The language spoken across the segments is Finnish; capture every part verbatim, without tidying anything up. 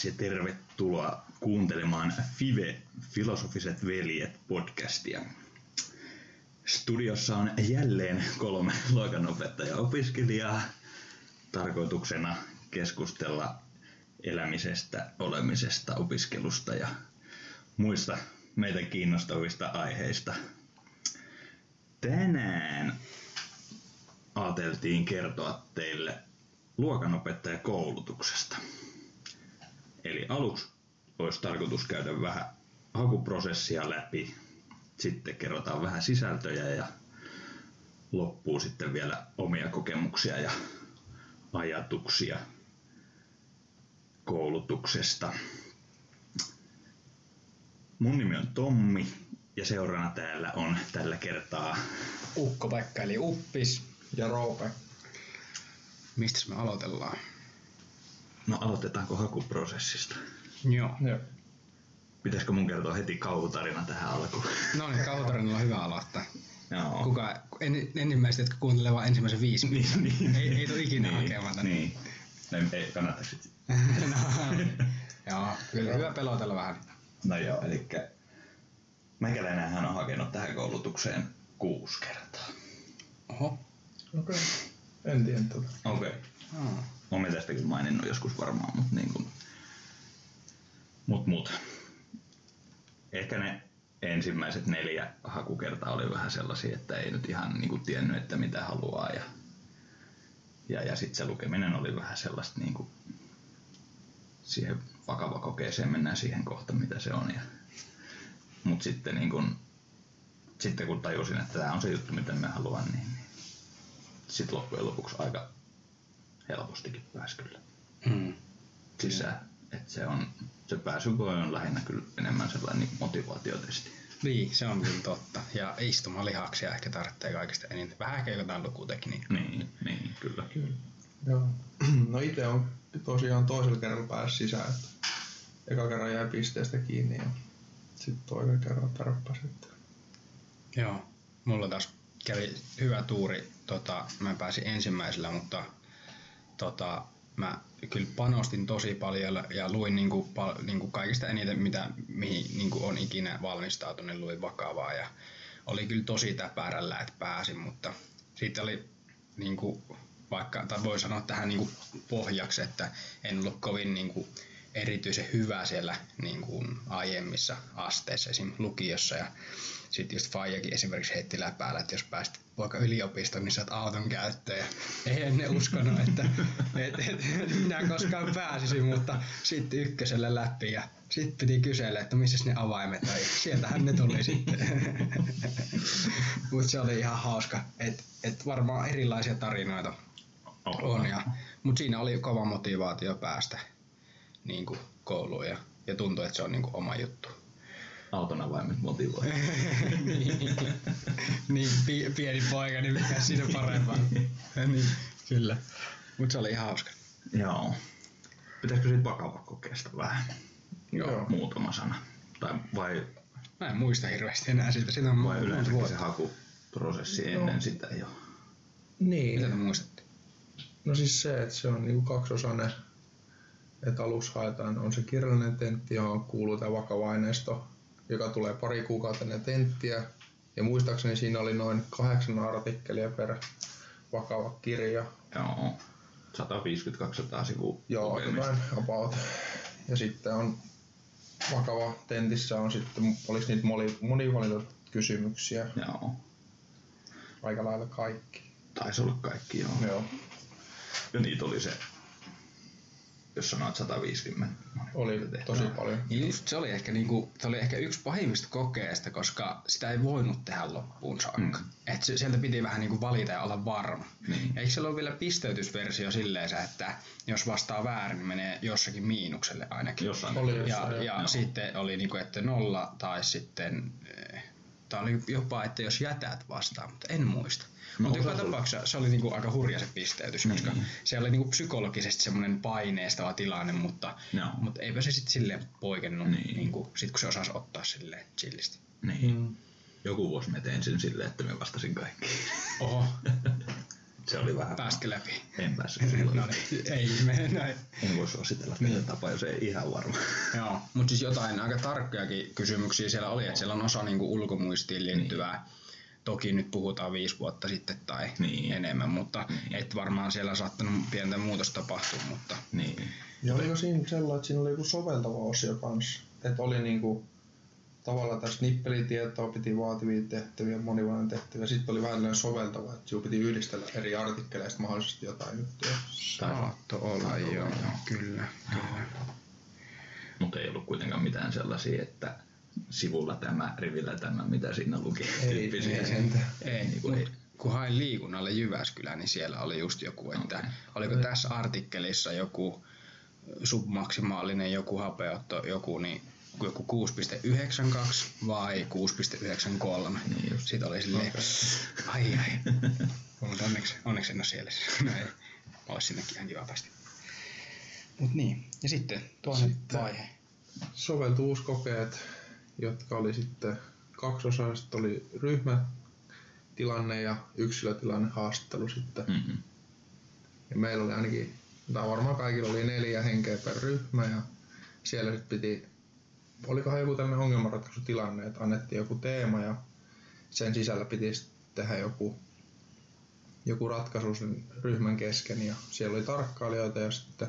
taas ja tervetuloa kuuntelemaan F I V E, Filosofiset veljet podcastia. Studiossa on jälleen kolme luokanopettaja-opiskelijaa. Tarkoituksena keskustella elämisestä, olemisesta, opiskelusta ja muista meitä kiinnostavista aiheista. Tänään ajateltiin kertoa teille luokanopettajakoulutuksesta. Eli aluksi olisi tarkoitus käydä vähän hakuprosessia läpi, sitten kerrotaan vähän sisältöjä ja loppuu sitten vielä omia kokemuksia ja ajatuksia koulutuksesta. Mun nimi on Tommi ja seurana täällä on tällä kertaa Ukko-Pekka eli Uppis ja Roope. Mistäs me aloitellaan? No aloitetaanko hakuprosessista? Joo. Joo. Pitäisikö mun kertoa heti kauhutarina tähän alkuun? No niin, kauhutarinalla on hyvä aloittaa. Joo. Kuka, en, ensimmäiset, jotka kuuntelee vaan ensimmäisen viisi minuuttia. Niin, niin. Ei, ei tule ikinä niin, hakemaan tänne. Niin. No, ei kannattaisi sitten. No, joo, kyllä hyvä pelotella vähän. No joo, elikkä meikäläinenhän on hakenut tähän koulutukseen kuusi kertaa. Oho. Okei. Okay. En tiedä tuota. Okei. Okay. Oh. Olen tästä kyllä maininnut joskus varmaan, mutta niin kuin... Mut mut. Ehkä ne ensimmäiset neljä hakukertaa oli vähän sellaisia, että ei nyt ihan niin kuin tiennyt, että mitä haluaa. Ja, ja, ja sitten se lukeminen oli vähän sellaista niin kuin siihen vakava kokeeseen mennään siihen kohta, mitä se on. Ja, mut sitten niin kuin, sitten kun tajusin, että tämä on se juttu, mitä mä haluan, niin, niin sitten loppujen lopuksi aika helpostikin pääsi kyllä Mm. sisään. Että se on, se pääsykoe on lähinnä kyllä enemmän sellainen niin motivaatiotesti. Niin, se on kyllä totta. Ja istumalihaksia ehkä tarvitsee kaikista eniten. Vähän ehkä jotain lukutekniikkaa. Niin, niin, kyllä. Kyllä. Joo. No itse on tosiaan toisella kerralla päässyt sisään. Että eka kerran jäi pisteestä kiinni ja sitten toinen kerran tarppasi. Joo, mulla taas kävi hyvä tuuri. Tota, mä pääsin ensimmäisellä, mutta tota, mä kyllä panostin tosi paljon ja luin niinku, pal, niinku kaikista eniten, mitä, mihin niinku on ikinä valmistautunut, niin luin vakavaa. Ja oli kyllä tosi täpärällä, että pääsin, mutta sitten oli niinku, vaikka, tai voi sanoa tähän niinku pohjaksi, että en ollut kovin niinku erityisen hyvä siellä niinku aiemmissa asteissa, esim. Lukiossa. Ja sitten just Faijakin esimerkiksi heitti läpäällä, että jos pääsit vaikka yliopistoon, niin saat auton käyttöön. Ja ei ne uskonut, että et, et, minä koskaan pääsisin, mutta sitten ykkösellä läpi. Ja sitten piti kysellä, että missä ne avaimet on. Ja sieltähän ne tuli sitten. Mutta se oli ihan hauska. Että et varmaan erilaisia tarinoita on. Ja, mutta siinä oli kova motivaatio päästä niin kuin kouluun ja, ja tuntui, että se on niin kuin oma juttu. Auton avaimet motivoi. niin, niin pi, pieni poika, niin mikä siinä parempaa. niin, kyllä. Mutta se oli ihan hauska. Joo. Pitäisikö siitä vakavakokeesta vähän? Joo. Muutama sana. Tai vai, Mä en muista hirveästi enää siitä. Siitä on vai monta yleensäkin vuotta. se hakuprosessi Joo. ennen sitä jo? Niin. Mitä te muistatte? No siis se, että se on niinku kaksiosainen. Että alussa haetaan, on se kirjallinen tentti, johon kuuluu tämä vakava aineisto, joka tulee pari kuukautta ennen tenttiä. Ja muistaakseni siinä oli noin kahdeksan artikkelia per vakava kirja. Joo. sata viisikymmentä kaksisataa sivua. Joo, jotain about. Ja sitten on vakava tentissä on sitten, olisi niitä monivalintakysymyksiä. Joo. Aika lailla kaikki. Taisi olla kaikki, joo. Joo. Ja niitä oli se, jos sanoit sata viisikymmentä. Oli tosi paljon. Just se oli ehkä niinku, se oli ehkä yksi pahimmista kokeista, koska sitä ei voinut tehdä loppuun saakka. Mm. Et se, sieltä piti vähän niinku valita ja olla varma. Niin. Eikö siellä ole vielä pisteytysversio silleen, että jos vastaa väärin, niin menee jossakin miinukselle ainakin. Jossain Oli ja jossain, ja joo. sitten oli niinku, että nolla tai sitten, tai oli jopa, että jos jätät vastaan, mutta en muista. No, Mutta joka se oli- tapauksessa se oli niinku aika hurja se pisteytys, koska Niin. se oli niinku psykologisesti semmoinen paineistava tilanne, mutta, Joo. mutta eipä se sitten silleen poikennut, Niin. niinku, sit kun se osasi ottaa silleen chillisti. Niin. Mm. Joku vuosi mä tein sen silleen, että mä vastasin kaikkiin. Oho. Se oli vähän... Pääskö läpi? En päässyt silloin. No niin, ei mene näin. En voi suositella tätä niin. tapaa, jos ei ihan varma. Joo, mutta siis jotain aika tarkkojakin kysymyksiä siellä oli, että siellä on osa niinku ulkomuistiin liittyvää. Niin. Toki nyt puhutaan viisi vuotta sitten tai niin. enemmän, mutta niin. et varmaan siellä saattanut pientä muutosta tapahtua. Mutta... Niin. Ja oliko siinä sellainen, että siinä oli joku soveltava osio kanssa? Että oli niinku tavallaan tässä nippelitietoa, piti vaativia tehtäviä, monivalainen tehtäviä. Sitten oli vähän soveltava, että sinun piti yhdistellä eri artikkeleista mahdollisesti jotain juttuja. Saatto olla, joo, joo. Kyllä, kyllä. Mutta ei ollut kuitenkaan mitään sellaisia, että sivulla tämä, rivillä tämä, mitä siinä luki. Ei, ei sentään. Ei, niin kuin ei. Kun hain liikunnalle Jyväskylään, niin siellä oli just joku, että okay. oliko okay. tässä artikkelissa joku submaksimaalinen, joku hapeutto, joku, niin, joku kuusi pilkku yhdeksänkymmentäkaksi vai kuusi pilkku yhdeksänkymmentäkolme. Niin sitten oli silleen, okay. ai ai, mutta onneksi, onneksi en ole siellä. No ei, olisi sinnekin ihan kiva päästä. Mut niin, ja sitten toinen sitten vaihe. Soveltuvuuskokeet, jotka oli sitten kaksosaiset, oli ryhmätilanne ja yksilötilanne haastattelu sitten. Mm-hmm. Ja meillä oli ainakin, tai varmaan kaikilla oli neljä henkeä per ryhmä ja siellä sitten piti, olikohan joku tällainen ongelmanratkaisutilanne, että annettiin joku teema ja sen sisällä piti tehdä joku, joku ratkaisu sen ryhmän kesken ja siellä oli tarkkailijoita ja sitten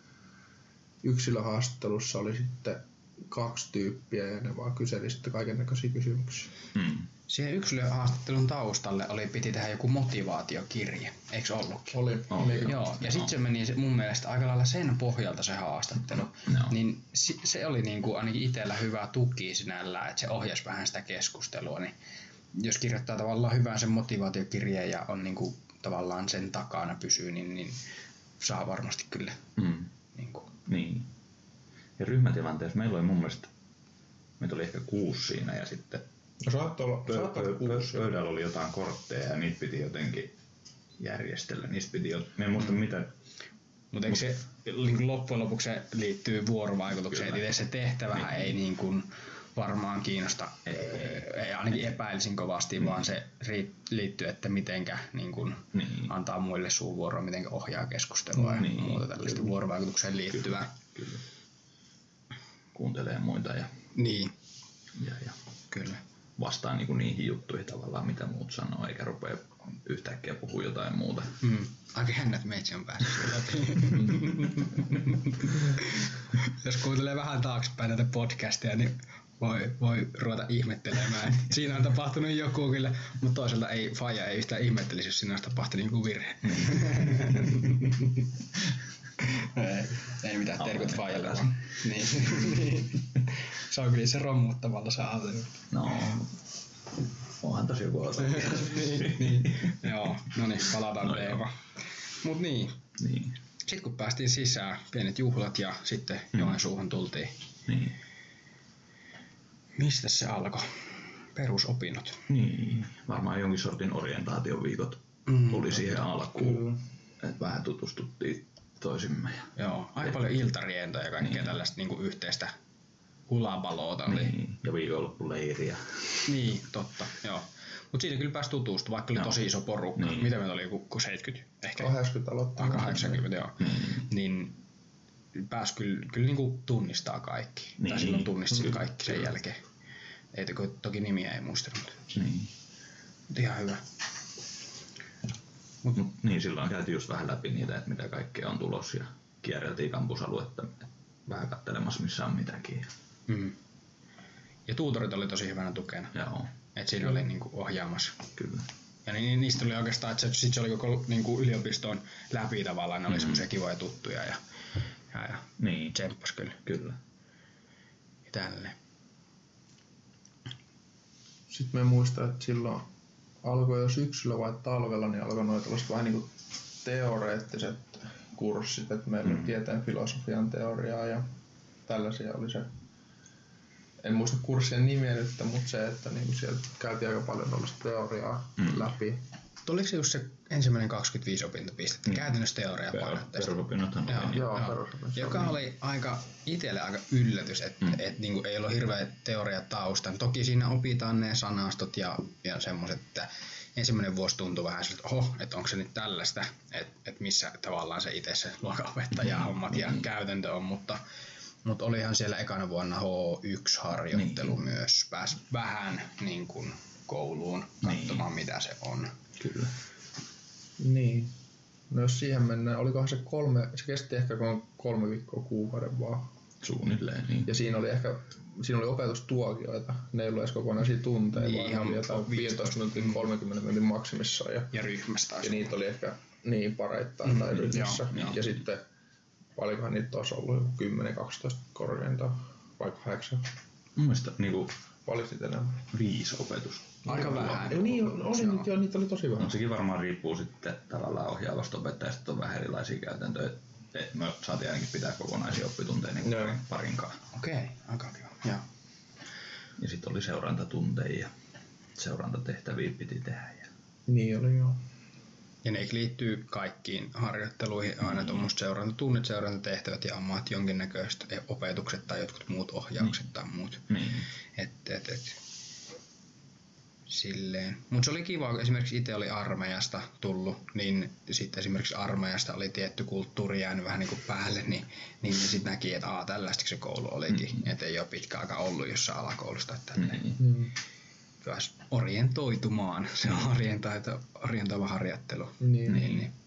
yksilöhaastattelussa oli sitten kaksi tyyppiä ja ne vaan kyseli sitten kaikennäköisiä kysymyksiä. Hmm. Siihen yksilöhaastattelun taustalle oli, piti tehdä joku motivaatiokirje, eikö ollutkin? Oli. oli. Joo, ja sitten se meni mun mielestä aika lailla sen pohjalta se haastattelu. No. Niin se oli niinku ainakin itsellä hyvä tuki sinällään, että se ohjasi vähän sitä keskustelua. Niin jos kirjoittaa tavallaan hyvän sen motivaatiokirjeen ja on niinku tavallaan sen takana pysyy, niin, niin saa varmasti kyllä. Hmm. Niinku. Niin. Ja ryhmätilanteessa meillä oli mun mielestä, meitä oli ehkä kuusi siinä ja sitten no saattoi olla, saattoi pö- pö- pöydällä oli jotain kortteja ja niitä piti jotenkin järjestellä. Niistä piti jo, mä en muista mm. mitä. Mutta eikö se niin loppujen lopuksi se liittyy vuorovaikutukseen, että se tehtävähän niin. ei niin kuin varmaan kiinnosta, ei, ei ainakin epäilisin kovasti, niin. vaan se liittyy, että mitenkä niin kuin niin. antaa muille suuvuoroa, mitenkä ohjaa keskustelua niin. ja muuta tällaista kyllä. vuorovaikutukseen liittyvää. Kyllä. Kyllä. Kuuntelee muita ja, niin. ja, ja kyllä. vastaa niinku niihin juttuihin tavallaan, mitä muut sanoo, eikä rupea yhtäkkiä puhua jotain muuta. Mm. Aika jännä, että meitsi on päässyt läpi. Jos kuuntelee vähän taaksepäin näitä podcasteja, niin voi, voi ruveta ihmettelemään. Siinä on tapahtunut joku kyllä, mutta toisaalta ei, faija ei yhtään ihmettelisi, jos siinä olisi tapahtunut joku virhe. ei, ei mitään terkut faijalle vaan. Niin. Se on kyllä se rommuttavalla saatu. No, onhan tosi joku aloita. niin, niin. Joo, no niin, palataan no teemaan. Mut niin. niin. Sitten kun päästiin sisään, pienet juhlat ja sitten hmm. Joensuuhun tultiin. Niin. Mistä se alkoi? Perusopinnot. Niin, varmaan jonkin sortin orientaatioviikot mm, tuli siihen alkuun. Että vähän tutustuttiin toisimme. Joo, aika paljon iltarientoja ja kaikkea niin. tällaista niin kuin yhteistä hulabaloota oli. Niin, ja viikonloppuleiriä. Niin, totta, joo. Mutta siitä kyllä pääsi tutustumaan, vaikka oli joo. tosi iso porukka. Niin. Mitä meitä oli, joku seitsemänkymmentä ehkä? kahdeksankymmentä aloittaa. kahdeksankymmentä, joo. Mm. Niin pääsi kyllä, kyllä niin kuin tunnistaa kaikki. Niin. Tai silloin tunnisti kaikki sen jälkeen. Ei, toki nimiä ei muistanut. Niin. Mutta ihan hyvä. Mut, Mut, niin, silloin käytiin just vähän läpi niitä, että mitä kaikkea on tulossa ja kierreltiin kampusaluetta vähän katselemassa missä on mitäkin. Mm. Ja tuutorit oli tosi hyvänä tukena. Joo. Että siinä oli niinku ohjaamassa. Kyllä. Ja ni, niistä oli oikeastaan, että se, sit se oli koko niinku yliopiston läpi tavallaan, ne oli mm-hmm. semmoisia kivoja tuttuja ja, ja, ja niin. tsemppas kyllä. Kyllä. Ja tälleen. Sitten me muistan, että silloin alkoi jo syksyllä vai talvella, niin alkoi noita vähän niin kuin teoreettiset kurssit, että meillä mm. oli tieteen filosofian teoriaa ja tällaisia oli se. En muista kurssien nimiä nyt, mutta se, että niin siellä käytiin aika paljon tuollaista teoriaa mm. läpi. Oliko se just se ensimmäinen kaksikymmentäviisi opintopistettä, mm. käytännössä teoriapainotteista? Perusopinnothan Joo, oli. Joo, joo. perusopinnot. Joka oli aika itselle aika yllätys, että mm. et, niinku, ei ollut hirveä teoriatausta. Toki siinä opitaan ne sanastot ja, ja semmoiset, että ensimmäinen vuosi tuntui vähän siltä, että oho, että onko se nyt tällaista, että et missä tavallaan se itse se luokanopettaja hommat mm. ja mm. käytäntö on, mutta mutta olihan siellä ekana vuonna H yksi harjoittelu niin. myös. Pääsi vähän niin kuin kouluun katsomaan, niin. mitä se on. Kyllä. Niin. No jos siihen mennään, olikohan se kolme, se kesti ehkä kolme viikkoa kuukauden vaan. Suunnilleen, niin. Ja siinä oli ehkä, siinä oli opetustuokioita. Ne ei ollut edes kokonaisia tunteja, niin, vaan ihan oli jotain viisitoista minuutin, kolmekymmentä minuutin maksimissaan. Ja, ja ryhmästä. Ja niitä oli ehkä niin pareittain mm, tai ryhmässä. Joo, ja joo. sitten paljonkohan niitä olisi ollut kymmenen kaksitoista korkeintaan, vai kahdeksan. Mun mielestä niinku paljon sitten enemmän. Viisi opetusta. Aika vähän. Ja niin, oli nyt jo, niitä oli tosi vähän. No, sekin varmaan riippuu sitten tavallaan ohjaavasta opettajasta, että on vähän erilaisia käytäntöjä. Et me saatiin ainakin pitää kokonaisia oppitunteja niin kuin parin, parinkaan. Okei, okay, aika kiva. Ja, ja sitten oli seurantatunteja ja seurantatehtäviä piti tehdä. Ja... Niin oli joo. Ja ne liittyy kaikkiin harjoitteluihin, aina mm. tuommoiset seurantatunnit, seurantatehtävät ja ammat jonkinnäköiset opetukset tai jotkut muut ohjaukset mm. tai muut. Mm. Et, et, et. Silleen. Mutta se oli kiva, kun esimerkiksi itse oli armeijasta tullut, niin sitten esimerkiksi armeijasta oli tietty kulttuuri jäänyt vähän niin kuin päälle, niin, niin sitten näki, että aa, tällaista se koulu olikin, mm-hmm. että ei ole pitkä aika ollut jossain alakoulusta. Mm-hmm. Pääsi orientoitumaan, se on orientoiva harjoittelu. Niin. Niin, niin.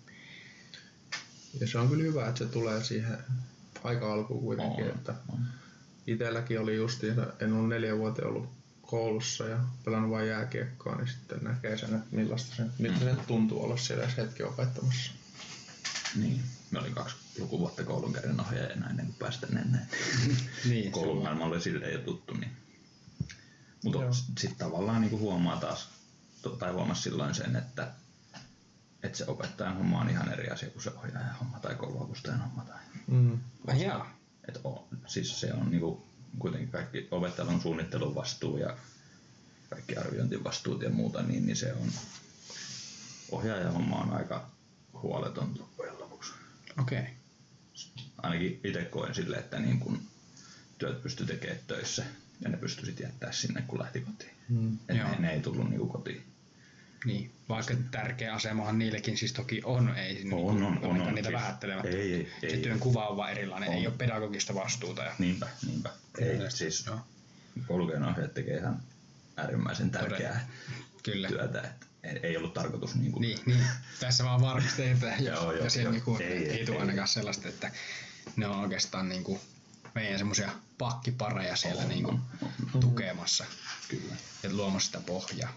Ja se on kyllä hyvä, että se tulee siihen aika alkuun kuitenkin, on, että on. Itselläkin oli justiin, en ole neljä vuotta ollut koulussa ja pelannut vain jääkiekkoa, niin sitten näkee sen, että millaista se, miltä se tuntuu olla siellä edes hetki opettamassa. Niin, me olin kaksi lukuvuotta koulunkäynnin ohjaajana ennen kuin päästä ennen. Niin, koulumaailma oli silleen jo tuttu. Niin. Mutta sitten tavallaan niin huomaa taas, tai huomasi silloin sen, että, että se opettajan homma on ihan eri asia kuin se ohjaajan homma tai kouluavustajan homma. Tai mm. Et on, siis se on niinku kuitenkin kaikki opettajan suunnittelun vastuu ja kaikki arviointivastuut ja muuta, niin, niin se on ohjaajan homma on aika huoleton loppujen lopuksi. Okei. Okay. Ainakin itse koen silleen, että niin kun työt pystyi tekemään töissä ja ne pystyi sitten jättää sinne, kun lähti kotiin. Mm. Et ne, ne ei tullut niinku kotiin. Niin, vaikka tärkeä asemahan niillekin siis toki on, ei on, on, on, on, on, niitä siis vähättelemättä. Ei, ei, se ei, työn kuva on vaan erilainen, on. Ei ole pedagogista vastuuta. Ja... Niinpä, niinpä. Ei, siis koulukäynninohjaajat tekee ihan äärimmäisen tärkeää Kyllä. työtä, että ei ollut tarkoitus niin kuin... Niin, niin. Tässä vaan varmistetaan ja, joo, ja siellä niinku, ei, ei, ei tule ainakaan sellaista, että ne on oikeastaan niinku meidän semmoisia pakkipareja siellä on, niinku on, on. tukemassa Kyllä. ja luomassa sitä pohjaa.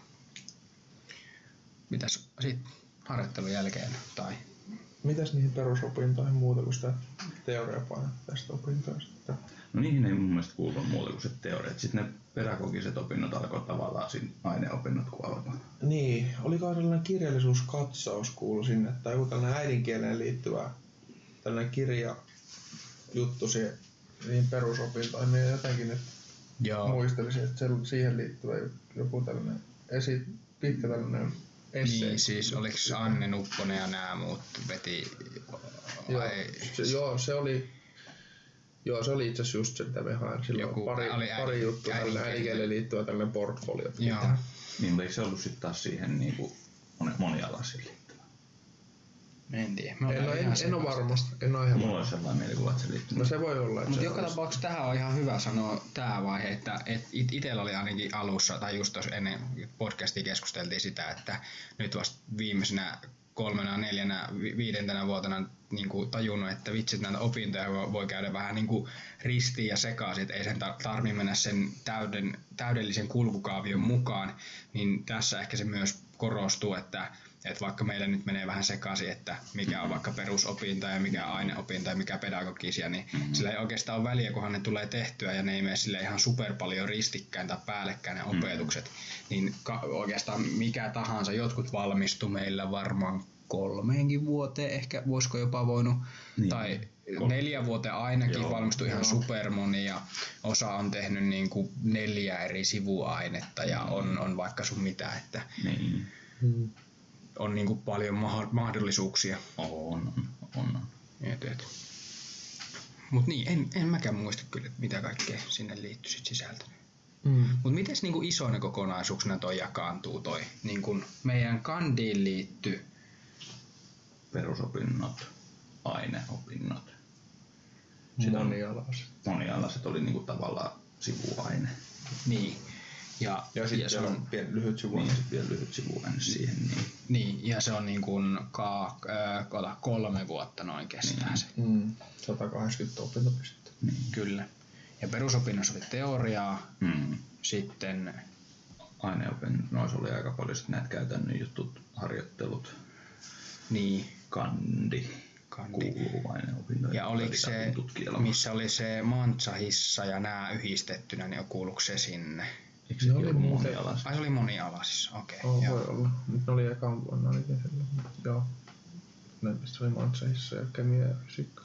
Mitäs sitten harjoittelun jälkeen tai? Mitäs niihin perusopintoihin muuta kuin sitä teoriapainotteista opintoista? No niihin ei mun mielestä kuulu muuta kuin se teoria. Sitten ne pedagogiset opinnot alkoi tavallaan siinä aineopinnot kun alkoi. Niin, oliko sellainen kirjallisuuskatsaus kuulu sinne tai joku tällainen äidinkieleen liittyvä tällainen kirjajuttu siihen niihin perusopintoihin. Minä jotenkin että muistelisin, että se, siihen liittyvä joku tällainen esi, pitkä tällainen essei. Niin, siis oliko Anne Nupponen ja nämä muut veti? Joo, se, joo, se oli... Joo, se oli itse asiassa just se, mitä me haen. Silloin joku, pari, pari juttua tällainen äidinkielelle liittyvä tällainen portfolio. Joo. Niin, mutta eikö se ollut sitten taas siihen niin kuin monialaisiin liittyvä? En tiedä. En, en, en, en ole varmasti. En ole ihan Mulla olisi sellainen mielikuva, että se liittyy. No se voi olla. Mutta joka tapauksessa tähän on ihan hyvä sanoa tämä vaihe, että et itsellä oli ainakin alussa, tai just tuossa ennen podcastia keskusteltiin sitä, että nyt vasta viimeisenä kolmena, neljänä, viidentenä vuotena niin kuin tajunnut, että vitsit näitä opintoja voi käydä vähän niin kuin ristiin ja sekaisin, että ei sen tarvitse mennä sen täyden, täydellisen kulkukaavion mukaan, niin tässä ehkä se myös korostuu, että, että vaikka meillä nyt menee vähän sekaisin, että mikä on vaikka perusopinta ja mikä on aineopinta ja mikä pedagogisia, niin mm-hmm. sillä ei oikeastaan ole väliä, kunhan ne tulee tehtyä ja ne ei mene sille ihan super paljon ristikkäin tai päällekkäin ne opetukset, mm-hmm. niin ka- oikeastaan mikä tahansa, jotkut valmistu meillä varmaan kolmeenkin vuoteen, ehkä voisiko jopa voinut, niin. tai Kolme. neljä vuoteen ainakin Joo. valmistui ihan supermoni ja osa on tehnyt niin kuin neljä eri sivuainetta ja on, on vaikka sun mitä, että niin. hmm. on niinku paljon ma- mahdollisuuksia. On, on, on. Et, et. Mut niin, en, en mäkään muista kyllä, mitä kaikkea sinne liittyy sit sisältöön. Mm. Mut mites niinku isona kokonaisuuksena toi jakaantuu toi niinku meidän kandiin liittyy? Perusopinnot, aineopinnot. Monialaiset. Monialaiset oli niinku tavallaan sivuaine. Niin. Ja, Ja sitten se on on pieni lyhyt sivu. Niin, sitten vielä lyhyt sivuaine siihen. Niin. niin, ja se on niin kuin ka, äh, kolme vuotta noin kestää Niin. se. Mm. sata kahdeksankymmentä opintopistettä. Niin. Kyllä. Ja perusopinnassa oli teoriaa, Mm. sitten Aineopinnot, noissa oli aika paljon sit näitä käytännön jutut, harjoittelut, niin, kandi, kandi. kuuluu aineopintoihin. Ja oliko se, tutkielma. missä oli se mantsahissa ja nämä yhdistettynä, niin kuuluuko se sinne? Eikö Ne se oli ollut muuten- monialaista? Ai se oli monialaisissa, okei. Oh, Okay, voi olla. Nyt ne oli ekan vuonna ainakin sillä. Joo. Ne missä oli Mantsahissa ja kemia ja fysiikka.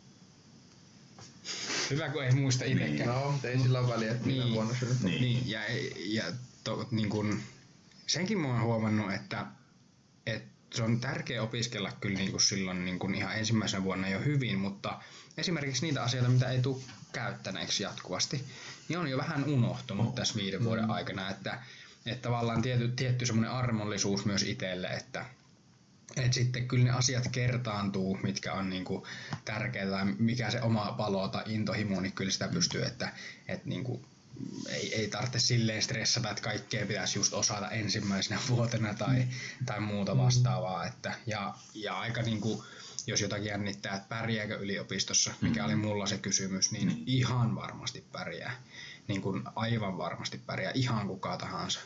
Hyvä, kun ei muista itsekään. No, mutta ei sillä ole väliä, että minä Niin. vuonna se nyt on. Niin. Niin, ja, ja to, niin kun, senkin mä oon huomannut, että, että se on tärkeä opiskella kyllä niin kuin silloin niin kuin ihan ensimmäisenä vuonna jo hyvin, mutta esimerkiksi niitä asioita, mitä ei tule käyttäneeksi jatkuvasti, niin on jo vähän unohtunut oh. tässä viiden vuoden mm. aikana, että, että tavallaan tietty, tietty semmoinen armollisuus myös itselle, että että sitten kyllä ne asiat kertaantuu, mitkä on niinku tärkeää tai mikä se oma palo tai intohimo, niin kyllä sitä pystyy, että et niinku, ei, ei tarvitse silleen stressata, että kaikkea pitäisi just osata ensimmäisenä vuotena tai, tai muuta vastaavaa. Että, ja, ja aika niinku, jos jotakin jännittää, että pärjääkö yliopistossa, mikä oli mulla se kysymys, niin ihan varmasti pärjää. Niin kuin aivan varmasti pärjää ihan kuka tahansa.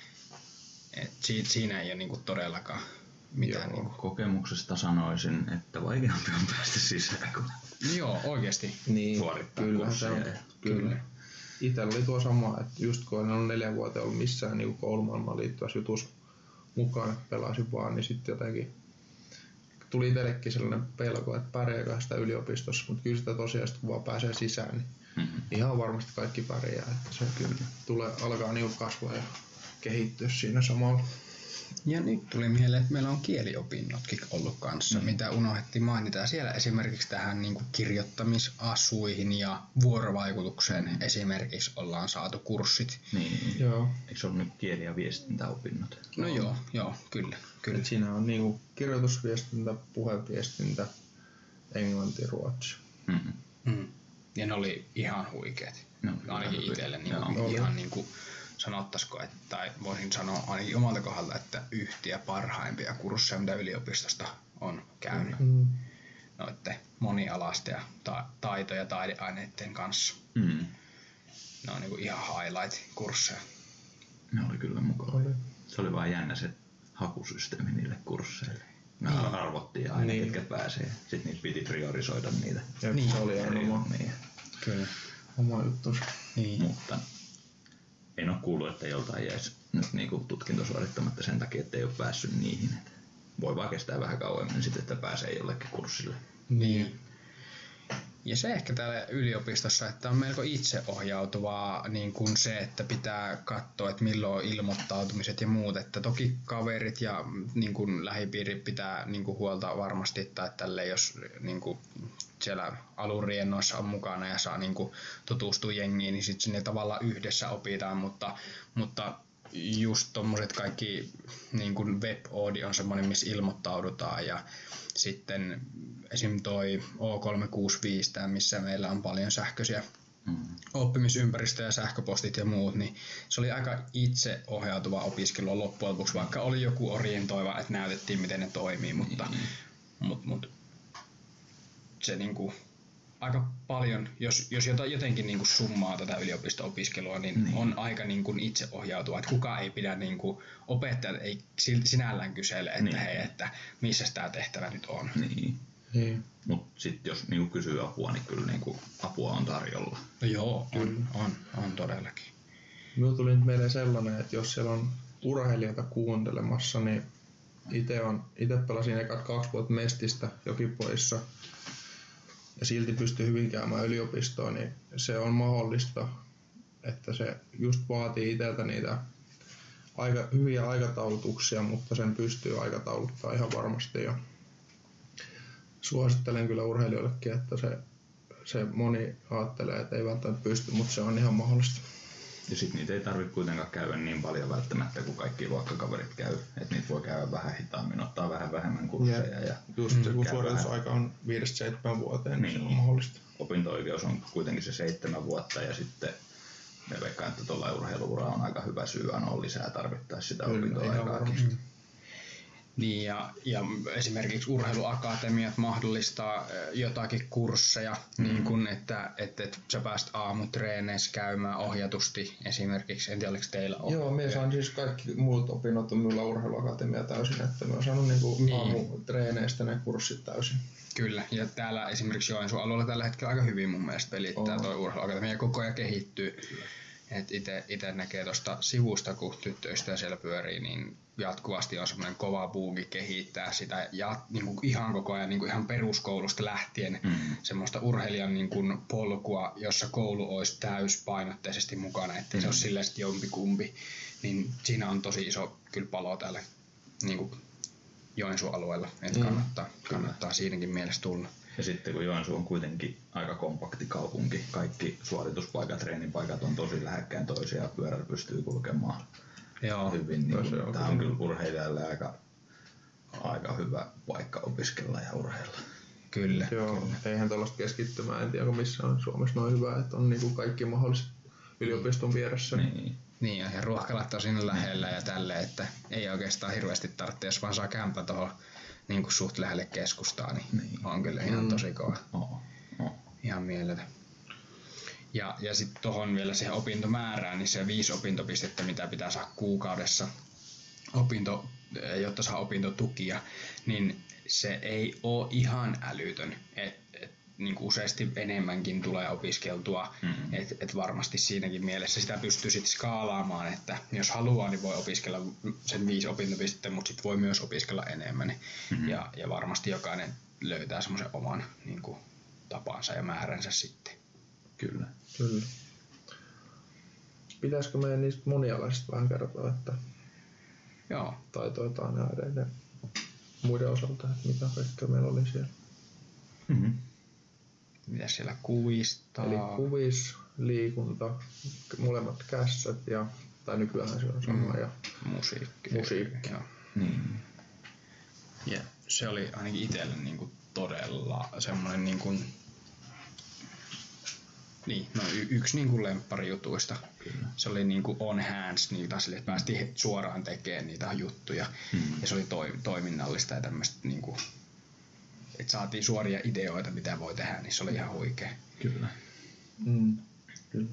Et siitä, siinä ei ole niinku todellakaan mitään. Joo, Niinku. kokemuksesta sanoisin, että vaikeampi on päästä sisään kuin Joo, oikeesti. Niin, suorittaa kyllä se kursseja. on. Ja- Kyllä. Kyllä. Itellä oli tuo sama, että just kun en ollut neljä vuotta ollut missään niin koulumaailmaan liittyvässä jutussa mukana, että pelasin vaan, niin sitten jotenkin tuli itsellekin sellainen pelko, että pärjääkö sitä yliopistossa, mutta kyllä sitä tosiaan kun vaan pääsee sisään, niin Mhm. ihan varmasti kaikki pärjää. Että se kyllä tulee, alkaa niin kasvaa ja kehittyä siinä samalla. Ja nyt tuli mieleen, että meillä on kieliopinnotkin ollut kanssa, mm. mitä unohdettiin mainita. Ja siellä esimerkiksi tähän niin kuin kirjoittamisasuihin ja vuorovaikutukseen esimerkiksi ollaan saatu kurssit. Niin. Joo. Eikö se ollut nyt kieli- ja viestintäopinnot? No joo, joo, kyllä. kyllä. Et siinä on niinku kirjoitusviestintä, puheviestintä, englanti, ruotsi. Mhm. Mm. Ja ne oli ihan huikeat. Ne oli kyllä Ainakin hyviä. itselle niin Joo. kuin, ihan niin kuin sanottaisiko, että, tai voisin sanoa ainakin omalta kohdalta, että yhtiä parhaimpia kursseja, mitä yliopistosta on käynyt. Mm. Noitte monialaisten ja ta- taito- ja taideaineiden kanssa. Mm. Ne on niinku ihan highlight-kursseja. Ne oli kyllä mukava. Oli. Se oli vaan jännä se hakusysteemi niille kursseille. Me Niin. arvottiin aina, Niin. ketkä pääsee. Sitten niitä piti priorisoida niitä. Ja Niin. se oli aina oma, Niin. Kyllä. oma juttus. Niin. Mutta en ole kuullut, että joltain jäisi nyt niinku tutkinto suorittamatta sen takia, että ei ole päässyt niihin. Et voi vaan kestää vähän kauemmin sitten, että pääsee jollekin kurssille. Niin. Ja se ehkä täällä yliopistossa, että on melko itseohjautuvaa niin kuin se, että pitää katsoa, että milloin on ilmoittautumiset ja muut. Että toki kaverit ja niin kuin lähipiiri pitää niin kuin huolta varmasti, että tälle jos niin kuin siellä alunriennoissa on mukana ja saa niin kuin tutustua jengiin, niin sitten sinne tavallaan yhdessä opitaan, mutta, mutta just tommoset kaikki niin kuin web-oodi on semmoinen, missä ilmoittaudutaan ja sitten esim. Toi O kolmesataakuusikymmentäviisi, tää, missä meillä on paljon sähköisiä Mm. oppimisympäristöjä, sähköpostit ja muut, niin se oli aika itseohjautuvaa opiskelua loppujen lopuksi, vaikka oli joku orientoiva, että näytettiin miten ne toimii, mutta, Niin. mut, mut, se niinku aika paljon, jos, jos jotenkin niinku summaa tätä yliopisto-opiskelua, niin, Niin. on aika niinku itseohjautuva, että kukaan ei pidä, niinku, opettajat ei silti sinällään kysele, että Niin. hei, että missä tämä tehtävä nyt on. Niin. Niin. Mutta sitten jos niinku kysyy apua, niin kyllä niinku apua on tarjolla. No joo, on, on, on todellakin. Minulla tuli nyt mieleen sellainen, että jos siellä on urheilijoita kuuntelemassa, niin itse on itse pelasin ekat kaksi vuotta Mestistä Jokipoissa ja silti pystyy hyvin käymään yliopistoon, niin se on mahdollista, että se just vaatii itseltä niitä aika hyviä aikataulutuksia, mutta sen pystyy aikatauluttaa ihan varmasti. Ja suosittelen kyllä urheilijoillekin, että se, se moni ajattelee, että ei välttämättä pysty, mutta se on ihan mahdollista. Ja sit niitä ei tarvitse kuitenkaan käydä niin paljon välttämättä, kun kaikki luokkakaverit käy. Että niitä voi käydä vähän hitaammin, ottaa vähän vähemmän kursseja. Ja, ja just se, kun suoritusaika on viidestä seitsemän vuoteen, niin, niin se on mahdollista. Opinto-oikeus on kuitenkin se seitsemän vuotta ja sitten me veikkaan, että tuolla urheiluura on aika hyvä syy anoa lisää tarvittaessa sitä opintoaikaakin. Niin ja, ja esimerkiksi urheiluakatemiat mahdollistaa jotakin kursseja, mm. niin kun, että, että, että sä pääst aamutreeneissä käymään ohjatusti esimerkiksi. En tiedä, oliko teillä ole? Joo, minä saan siis kaikki muut opinnot on minulla urheiluakatemia täysin, että minä olen saanut niinku niin. aamutreeneistä ne kurssit täysin. Kyllä, ja täällä esimerkiksi Joensuun alueella tällä hetkellä aika hyvin mun mielestä pelittää toi urheiluakatemia ja koko ajan kehittyy. Et ite, ite näkee tuosta sivusta, kun tyttöystävä siellä pyörii, niin jatkuvasti on semmoinen kova buumi kehittää sitä ja niin kuin ihan koko ajan niin kuin ihan peruskoulusta lähtien mm. semmoista urheilijan niin kuin polkua, jossa koulu olisi täyspainotteisesti mukana, ettei mm. se ole silleen jompikumpi. Niin siinä on tosi iso kyllä palo täällä niin kuin Joensuun alueella, että kannattaa, kannattaa siinäkin mielessä tulla. Ja sitten kun Joensuu on kuitenkin aika kompakti kaupunki, kaikki suorituspaikat, treenipaikat on tosi lähekkäin toisiaan ja pyörällä pystyy kulkemaan Joo, hyvin. Niin kuin, tämä on kyllä urheilijalle aika, aika hyvä paikka opiskella ja urheilla. Kyllä. Joo, kyllä. Eihän tuollaista keskittymää, en tiedä missä on Suomessa noin hyvä, että on niin kuin kaikki mahdolliset yliopiston vieressä. Niin. Niin, ja ruokalat on siinä lähellä ja tälleen, että ei oikeastaan hirveästi tarvitse, jos vaan saa kämpä tuohon niin kuin suht lähelle keskustaa, niin, niin. on kyllä ihan tosi kova. Oh, oh. Ihan mieletön. Ja, ja sitten tuohon vielä siihen opintomäärään, niin se viisi opintopistettä, mitä pitää saada kuukaudessa, opinto, jotta saa opintotukia, niin se ei ole ihan älytön. Et, et, niin kuin useasti enemmänkin tulee opiskeltua, mm-hmm. että et varmasti siinäkin mielessä sitä pystyy sitten skaalaamaan, että jos haluaa, niin voi opiskella sen viisi opintopistettä, mutta sitten voi myös opiskella enemmän. Mm-hmm. Ja, ja varmasti jokainen löytää semmoisen oman niin kuin, tapansa ja määränsä sitten. Kyllä. Kyllä. Pitäisikö meidän niistä monialaisista vähän kertoa, että Joo. taitoitaan näiden muiden osalta, että mitä kaikkea meillä oli siellä? Mm-hmm. Mitä siellä kuvista? Eli kuvis, liikunta, molemmat kässät ja, tai nykyään se on sama mm. ja musiikki. musiikki. Ja, mm. ja se oli ainakin itselle niinku todella semmoinen niinku, niin, no y- yksi niinku lempparijutuista. Kyllä. Se oli niinku on hands niitä sille, että päästiin suoraan tekemään niitä juttuja mm. ja se oli toi, toiminnallista ja tämmöistä niinku, että saatiin suoria ideoita, mitä voi tehdä, niin se oli ihan huikea. Kyllä. Mm. Kyllä.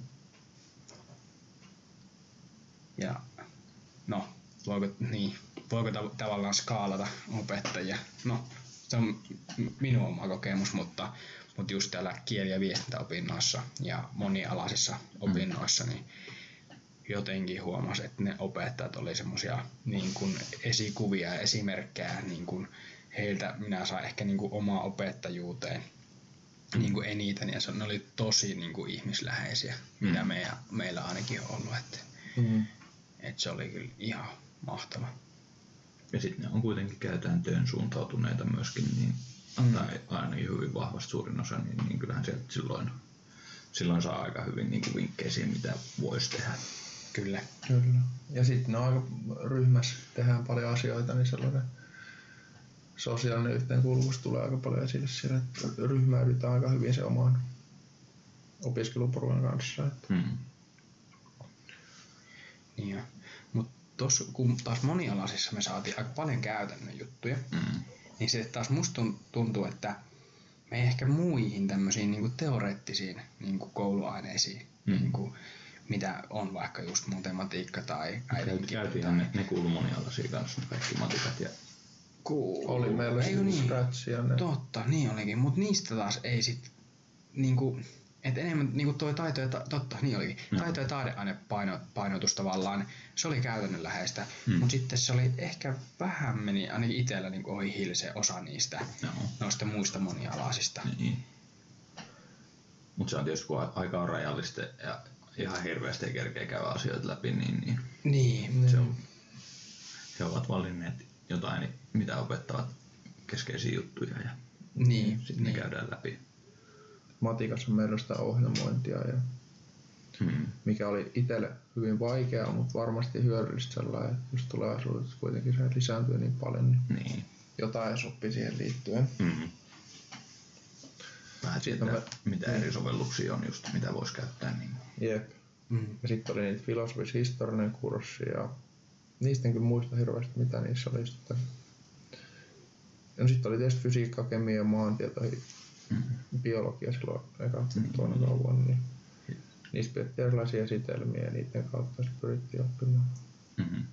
Ja no, voiko, niin, voiko tav- tavallaan skaalata opettajia? No, se on minun oma kokemus, mutta, mutta just täällä kieli- ja viestintäopinnoissa ja monialaisissa opinnoissa, niin jotenkin huomasi, että ne opettajat oli semmoisia niin kuin esikuvia ja esimerkkejä, niin kuin heiltä minä sain ehkä niin kuin omaa opettajuuteen niin kuin eniten, ja ne oli tosi niin kuin ihmisläheisiä, mm. mitä meidän, meillä ainakin on ollut. Että, mm. että se oli kyllä ihan mahtava. Ja sitten ne on kuitenkin käytäntöön suuntautuneita myöskin, niin mm. tai ainakin hyvin vahvasti suurin osa, niin, niin kyllähän sieltä silloin, silloin saa aika hyvin niin kuin vinkkejä siihen, mitä voisi tehdä. Kyllä. Kyllä. Ja sitten on aika ryhmässä tehdään paljon asioita, niin sellainen sosiaalinen yhteenkuuluvuus tulee aika paljon esille siellä, että ryhmäydytään aika hyvin se omaan opiskeluporukan kanssa. Että. Mm. Niin mutta tuossa kun taas monialaisissa me saatiin aika paljon käytännön juttuja, mm. niin se taas musta tuntuu, että me ei ehkä muihin tämmöisiin niinku teoreettisiin niinku kouluaineisiin, mm. niinku, mitä on vaikka just matematiikka tai äidinkieli. Tai... Ne, ne kuuluu monialaisiin kanssa, kaikki matikat ja Cool. Oli meillä siis niin? Scratchia. Ne. Totta, niin olikin, mutta niistä taas ei sit niinku, et enemmän niinku toi taito ja, ta- totta, niin olikin, no. taito ja taideaine paino, painotus tavallaan, se oli käytännönläheistä, hmm. mutta sitten se oli ehkä vähän meni, ainakin itsellä niinku ohi hilse osa niistä, no. noista muista monialaisista. Niin. Mutta se on tietysti, kun aika on rajallista ja ihan hirveästi ei kerkeä käydä asioita läpi, niin, niin, niin. se on he ovat valinneet jotain, mitä opettavat keskeisiä juttuja ja Niin, sitten niin. ne käydään läpi. Matikassa meillä on sitä ohjelmointia, ja Hmm. mikä oli itselle hyvin vaikeaa, mutta varmasti hyödyllistä sellainen, että jos tulevaisuudessa kuitenkin se lisääntyy niin paljon, niin Niin. jotain sopii siihen liittyen. Hmm. Vähän Sitten siitä, me- mitä eri sovelluksia on just, mitä voisi käyttää. Niin. Jep. Mm. Ja sitten oli niitä filosofis-historiallinen kurssi, ja niistä en kyllä muista hirveästi, mitä niissä oli sitten. No sitten oli tietysti fysiikka, kemia, maantieto, Hmm. biologia silloin eka Mm. toinen kauan, niin niistä pidettiin erilaisia esitelmiä ja niiden kautta sitten pyrittiin oppimaan. Hmm.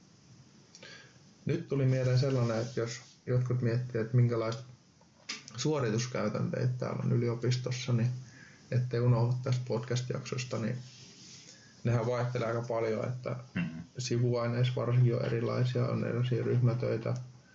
Nyt tuli mieleen sellainen, että jos jotkut miettii, että minkälaista suorituskäytänteitä täällä on yliopistossa, niin ettei unohdu tästä podcast-jaksosta, niin nehän vaihtelee aika paljon, että Hmm. sivuaineissa varsinkin on erilaisia, on erilaisia ryhmätöitä,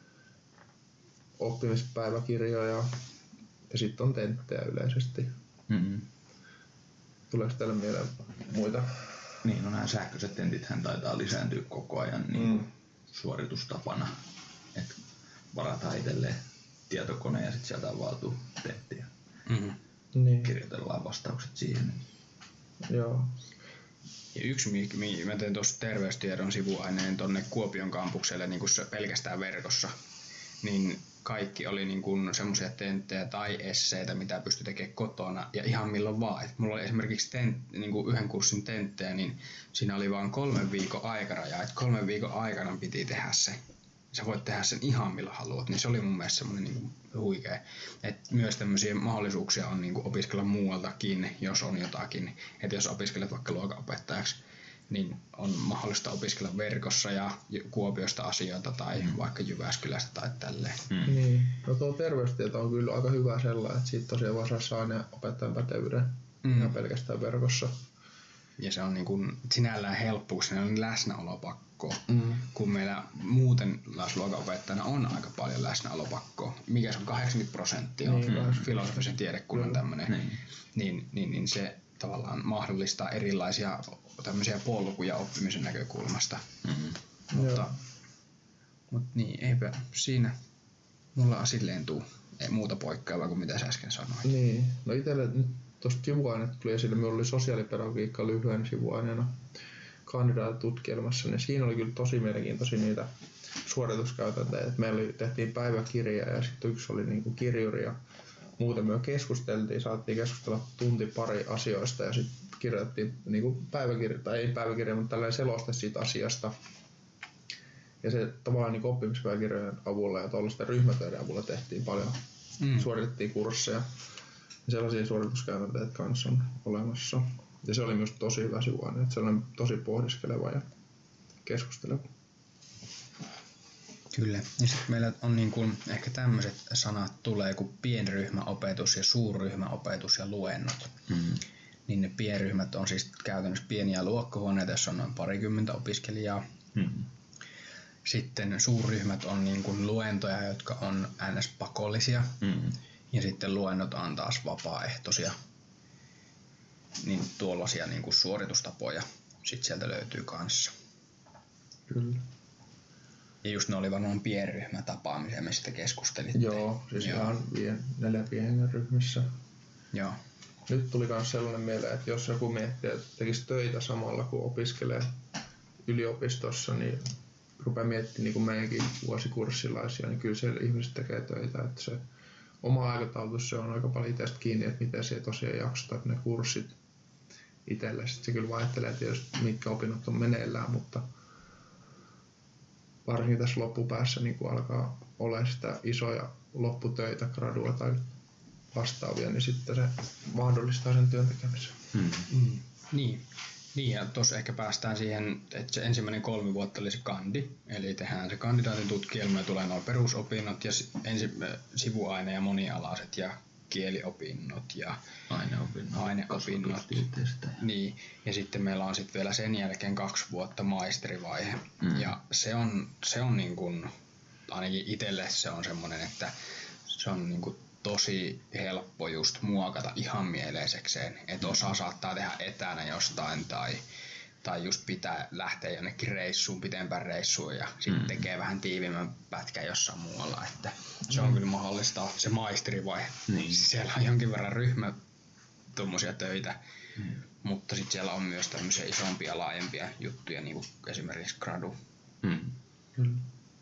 oppimispäiväkirjoja ja sitten on tenttejä yleisesti. Hmm. Tuleeko teille mieleen muita? Niin, no nämä sähköiset tentithän taitaa lisääntyä koko ajan niin Mm. suoritustapana, että varataan itselleen tietokone ja sitten sieltä avautuu tentti ja Mm. Niin, kirjoitellaan vastaukset siihen. joo. Ja yksi, mihin mihin mä tein tuossa terveystiedon sivuaineen tonne Kuopion kampukselle niin se pelkästään verkossa, niin kaikki oli niin kuin semmoisia tenttejä tai esseitä, mitä pystyi tekemään kotona ja ihan milloin vaan. Et mulla oli esimerkiksi tent, niin kuin yhden kurssin tenttejä, niin siinä oli vain kolmen viikon aikaraja, että kolmen viikon aikana piti tehdä se. Sä voit tehdä sen ihan milloin haluat, niin se oli mun mielestä semmoinen niin kuin huikea. Et myös tämmöisiä mahdollisuuksia on niin kuin opiskella muualtakin, jos on jotakin. Että jos opiskelet vaikka luokanopettajaksi, niin on mahdollista opiskella verkossa ja Kuopiosta asioita tai mm. vaikka Jyväskylästä tai tälleen. Mm. Niin. No tuo terveystieto on kyllä aika hyvä sellainen, että siitä tosiaan vaan saa ne opettajan pätevyyden Mm. ihan pelkästään verkossa. Ja se on niin kuin sinällään helppo, kun siinä on läsnäolopakko. Mm. Kun meillä muuten luokanopettajana on aika paljon läsnäolopakkoa, mikä se on kahdeksankymmentä prosenttia on Niin, mm. kahdeksankymmentä. filosofisen tiedekunnan tämmöinen, Niin. niin, niin, niin se tavallaan mahdollistaa erilaisia tämmöisiä polkuja oppimisen näkökulmasta. Mm. Mutta, Joo. mutta niin, eipä siinä mulla silleen tuu ei muuta poikkeavaa kuin mitä sä äsken sanoit. Niin. No itselle nyt tuosta sivuaineesta tuli esille, minulla oli sosiaalipedagogiikka lyhyen sivuaineena kandidaattutkielmassa, niin siinä oli kyllä tosi mielenkiintoisia niitä suorituskäytäntöjä. Meillä oli, tehtiin päiväkirja ja sitten yksi oli niinku kirjuri ja muuten me keskusteltiin, saatiin keskustella tunti pari asioista ja sitten kirjoitettiin niinku päiväkirja, tai ei päiväkirja, mutta tällainen seloste siitä asiasta. Ja se tavallaan niinku oppimispäiväkirjojen avulla ja tuollaisten ryhmätöiden avulla tehtiin paljon, Mm. suoritettiin kursseja. Ja sellaisia suorituskäytänteitä kanssa on olemassa. Ja se oli myös tosi hyvä sivuaine, että se on tosi pohdiskeleva ja keskusteleva. Kyllä. Ja sitten meillä on niin kuin, ehkä tämmöiset sanat tulee kuin pienryhmäopetus ja suurryhmäopetus ja luennot. Mm. Niin ne pienryhmät on siis käytännössä pieniä luokkahuoneita, jossa on noin parikymmentä opiskelijaa. Mm. Sitten suurryhmät on niin kuin luentoja, jotka on ns. Pakollisia. Mm. Ja sitten luennot on taas vapaaehtoisia. Niin tuollaisia niin kuin suoritustapoja sitten sieltä löytyy kanssa. Kyllä. Ja just ne oli varmaan pienryhmätapaamisia, me sitten keskustelitte. Joo, siis Joo. ihan vien, neljä pienen ryhmissä. Joo. Nyt tuli myös sellainen mieleen, että jos joku miettii, että tekisi töitä samalla kun opiskelee yliopistossa, niin rupeaa miettimään niin kuin meidänkin vuosikurssilaisia, niin kyllä siellä ihmiset tekee töitä. Että se oma aikataulutus se on aika paljon itsestä kiinni, että miten se tosiaan jaksotaan ne kurssit itselle. Sitten se kyllä vaihtelee tietysti, mitkä opinnot on meneillään, mutta varsinkin tässä loppupäässä niin kun alkaa olla sitä isoja lopputöitä, gradua tai vastaavia, niin sitten se mahdollistaa sen työn tekemisen. Mm. Mm. Niin. Niin, ja tuossa ehkä päästään siihen, että se ensimmäinen kolme vuotta oli se kandi, eli tehdään se kandidaatin tutkielma ja tulee nuo perusopinnot ja ensi, sivuaine- ja monialaiset ja kieliopinnot ja Aineopinnot. aineopinnot. kasvatustieteestä. Niin, ja sitten meillä on sitten vielä sen jälkeen kaksi vuotta maisterivaihe. Mm. Ja se on, se on niin kuin, ainakin itselle se on semmoinen, että se on niin kuin tosi helppo just muokata ihan mieleisekseen. Että osa saattaa tehdä etänä jostain tai, tai just pitää lähteä jonnekin reissuun, pitempään reissuun ja sitten Mm. tekee vähän tiiviimmän pätkän jossain muualla. Että se on kyllä mahdollista, se maisterivaihe. Niin. Siellä on jonkin verran ryhmä tuommoisia töitä, Mm. mutta sitten siellä on myös tämmöisiä isompia, laajempia juttuja, niin kuin esimerkiksi gradu. Mm. Kyllä.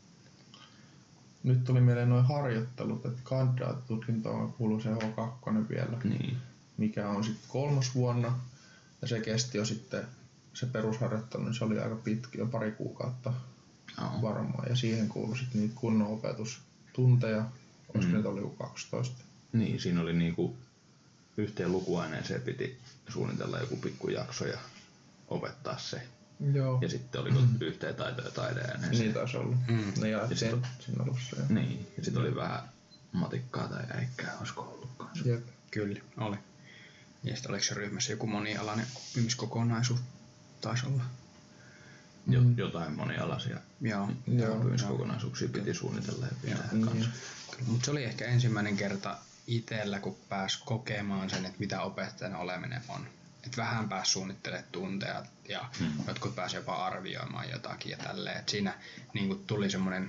Nyt tuli mieleen noin harjoittelut, että kandidaattitutkintoon kuuluu se H kaksi vielä, Niin. mikä on sitten kolmas vuonna. Ja se kesti jo sitten, se perusharjoittelu, niin se oli aika pitkä, jo pari kuukautta Joo. varmaan. Ja siihen kuului sitten niitä kunnon opetustunteja, olisiko Mm. niitä oli joku kaksitoista. Niin, siinä oli niinku yhteen lukuaineeseen piti suunnitella joku pikkujakso ja opettaa se. Joo. Ja sitten oliko yhteen taito- ja taideaineeseen. Niin taisi olla. Mm. Ne jaettiin Ja sit- siinä alussa. Ja... Niin, ja sitten oli vähän matikkaa tai äikkää, olisiko ollut kanssa. Jep. Kyllä, oli. Ja sitten oliko se ryhmässä joku monialainen oppimiskokonaisuus? Taisi olla. Jo, Mm. jotain monialaisia Joo. Joo. oppimiskokonaisuuksia piti suunnitella ja pitää Niin. kanssa. Mutta se oli ehkä ensimmäinen kerta itsellä, kun pääsi kokemaan sen, että mitä opettajana oleminen on. Et vähän pääsi suunnittelemaan tunteja ja Mm. jotkut pääsi jopa arvioimaan jotakin ja tälleen. Et siinä niin tuli semmoinen,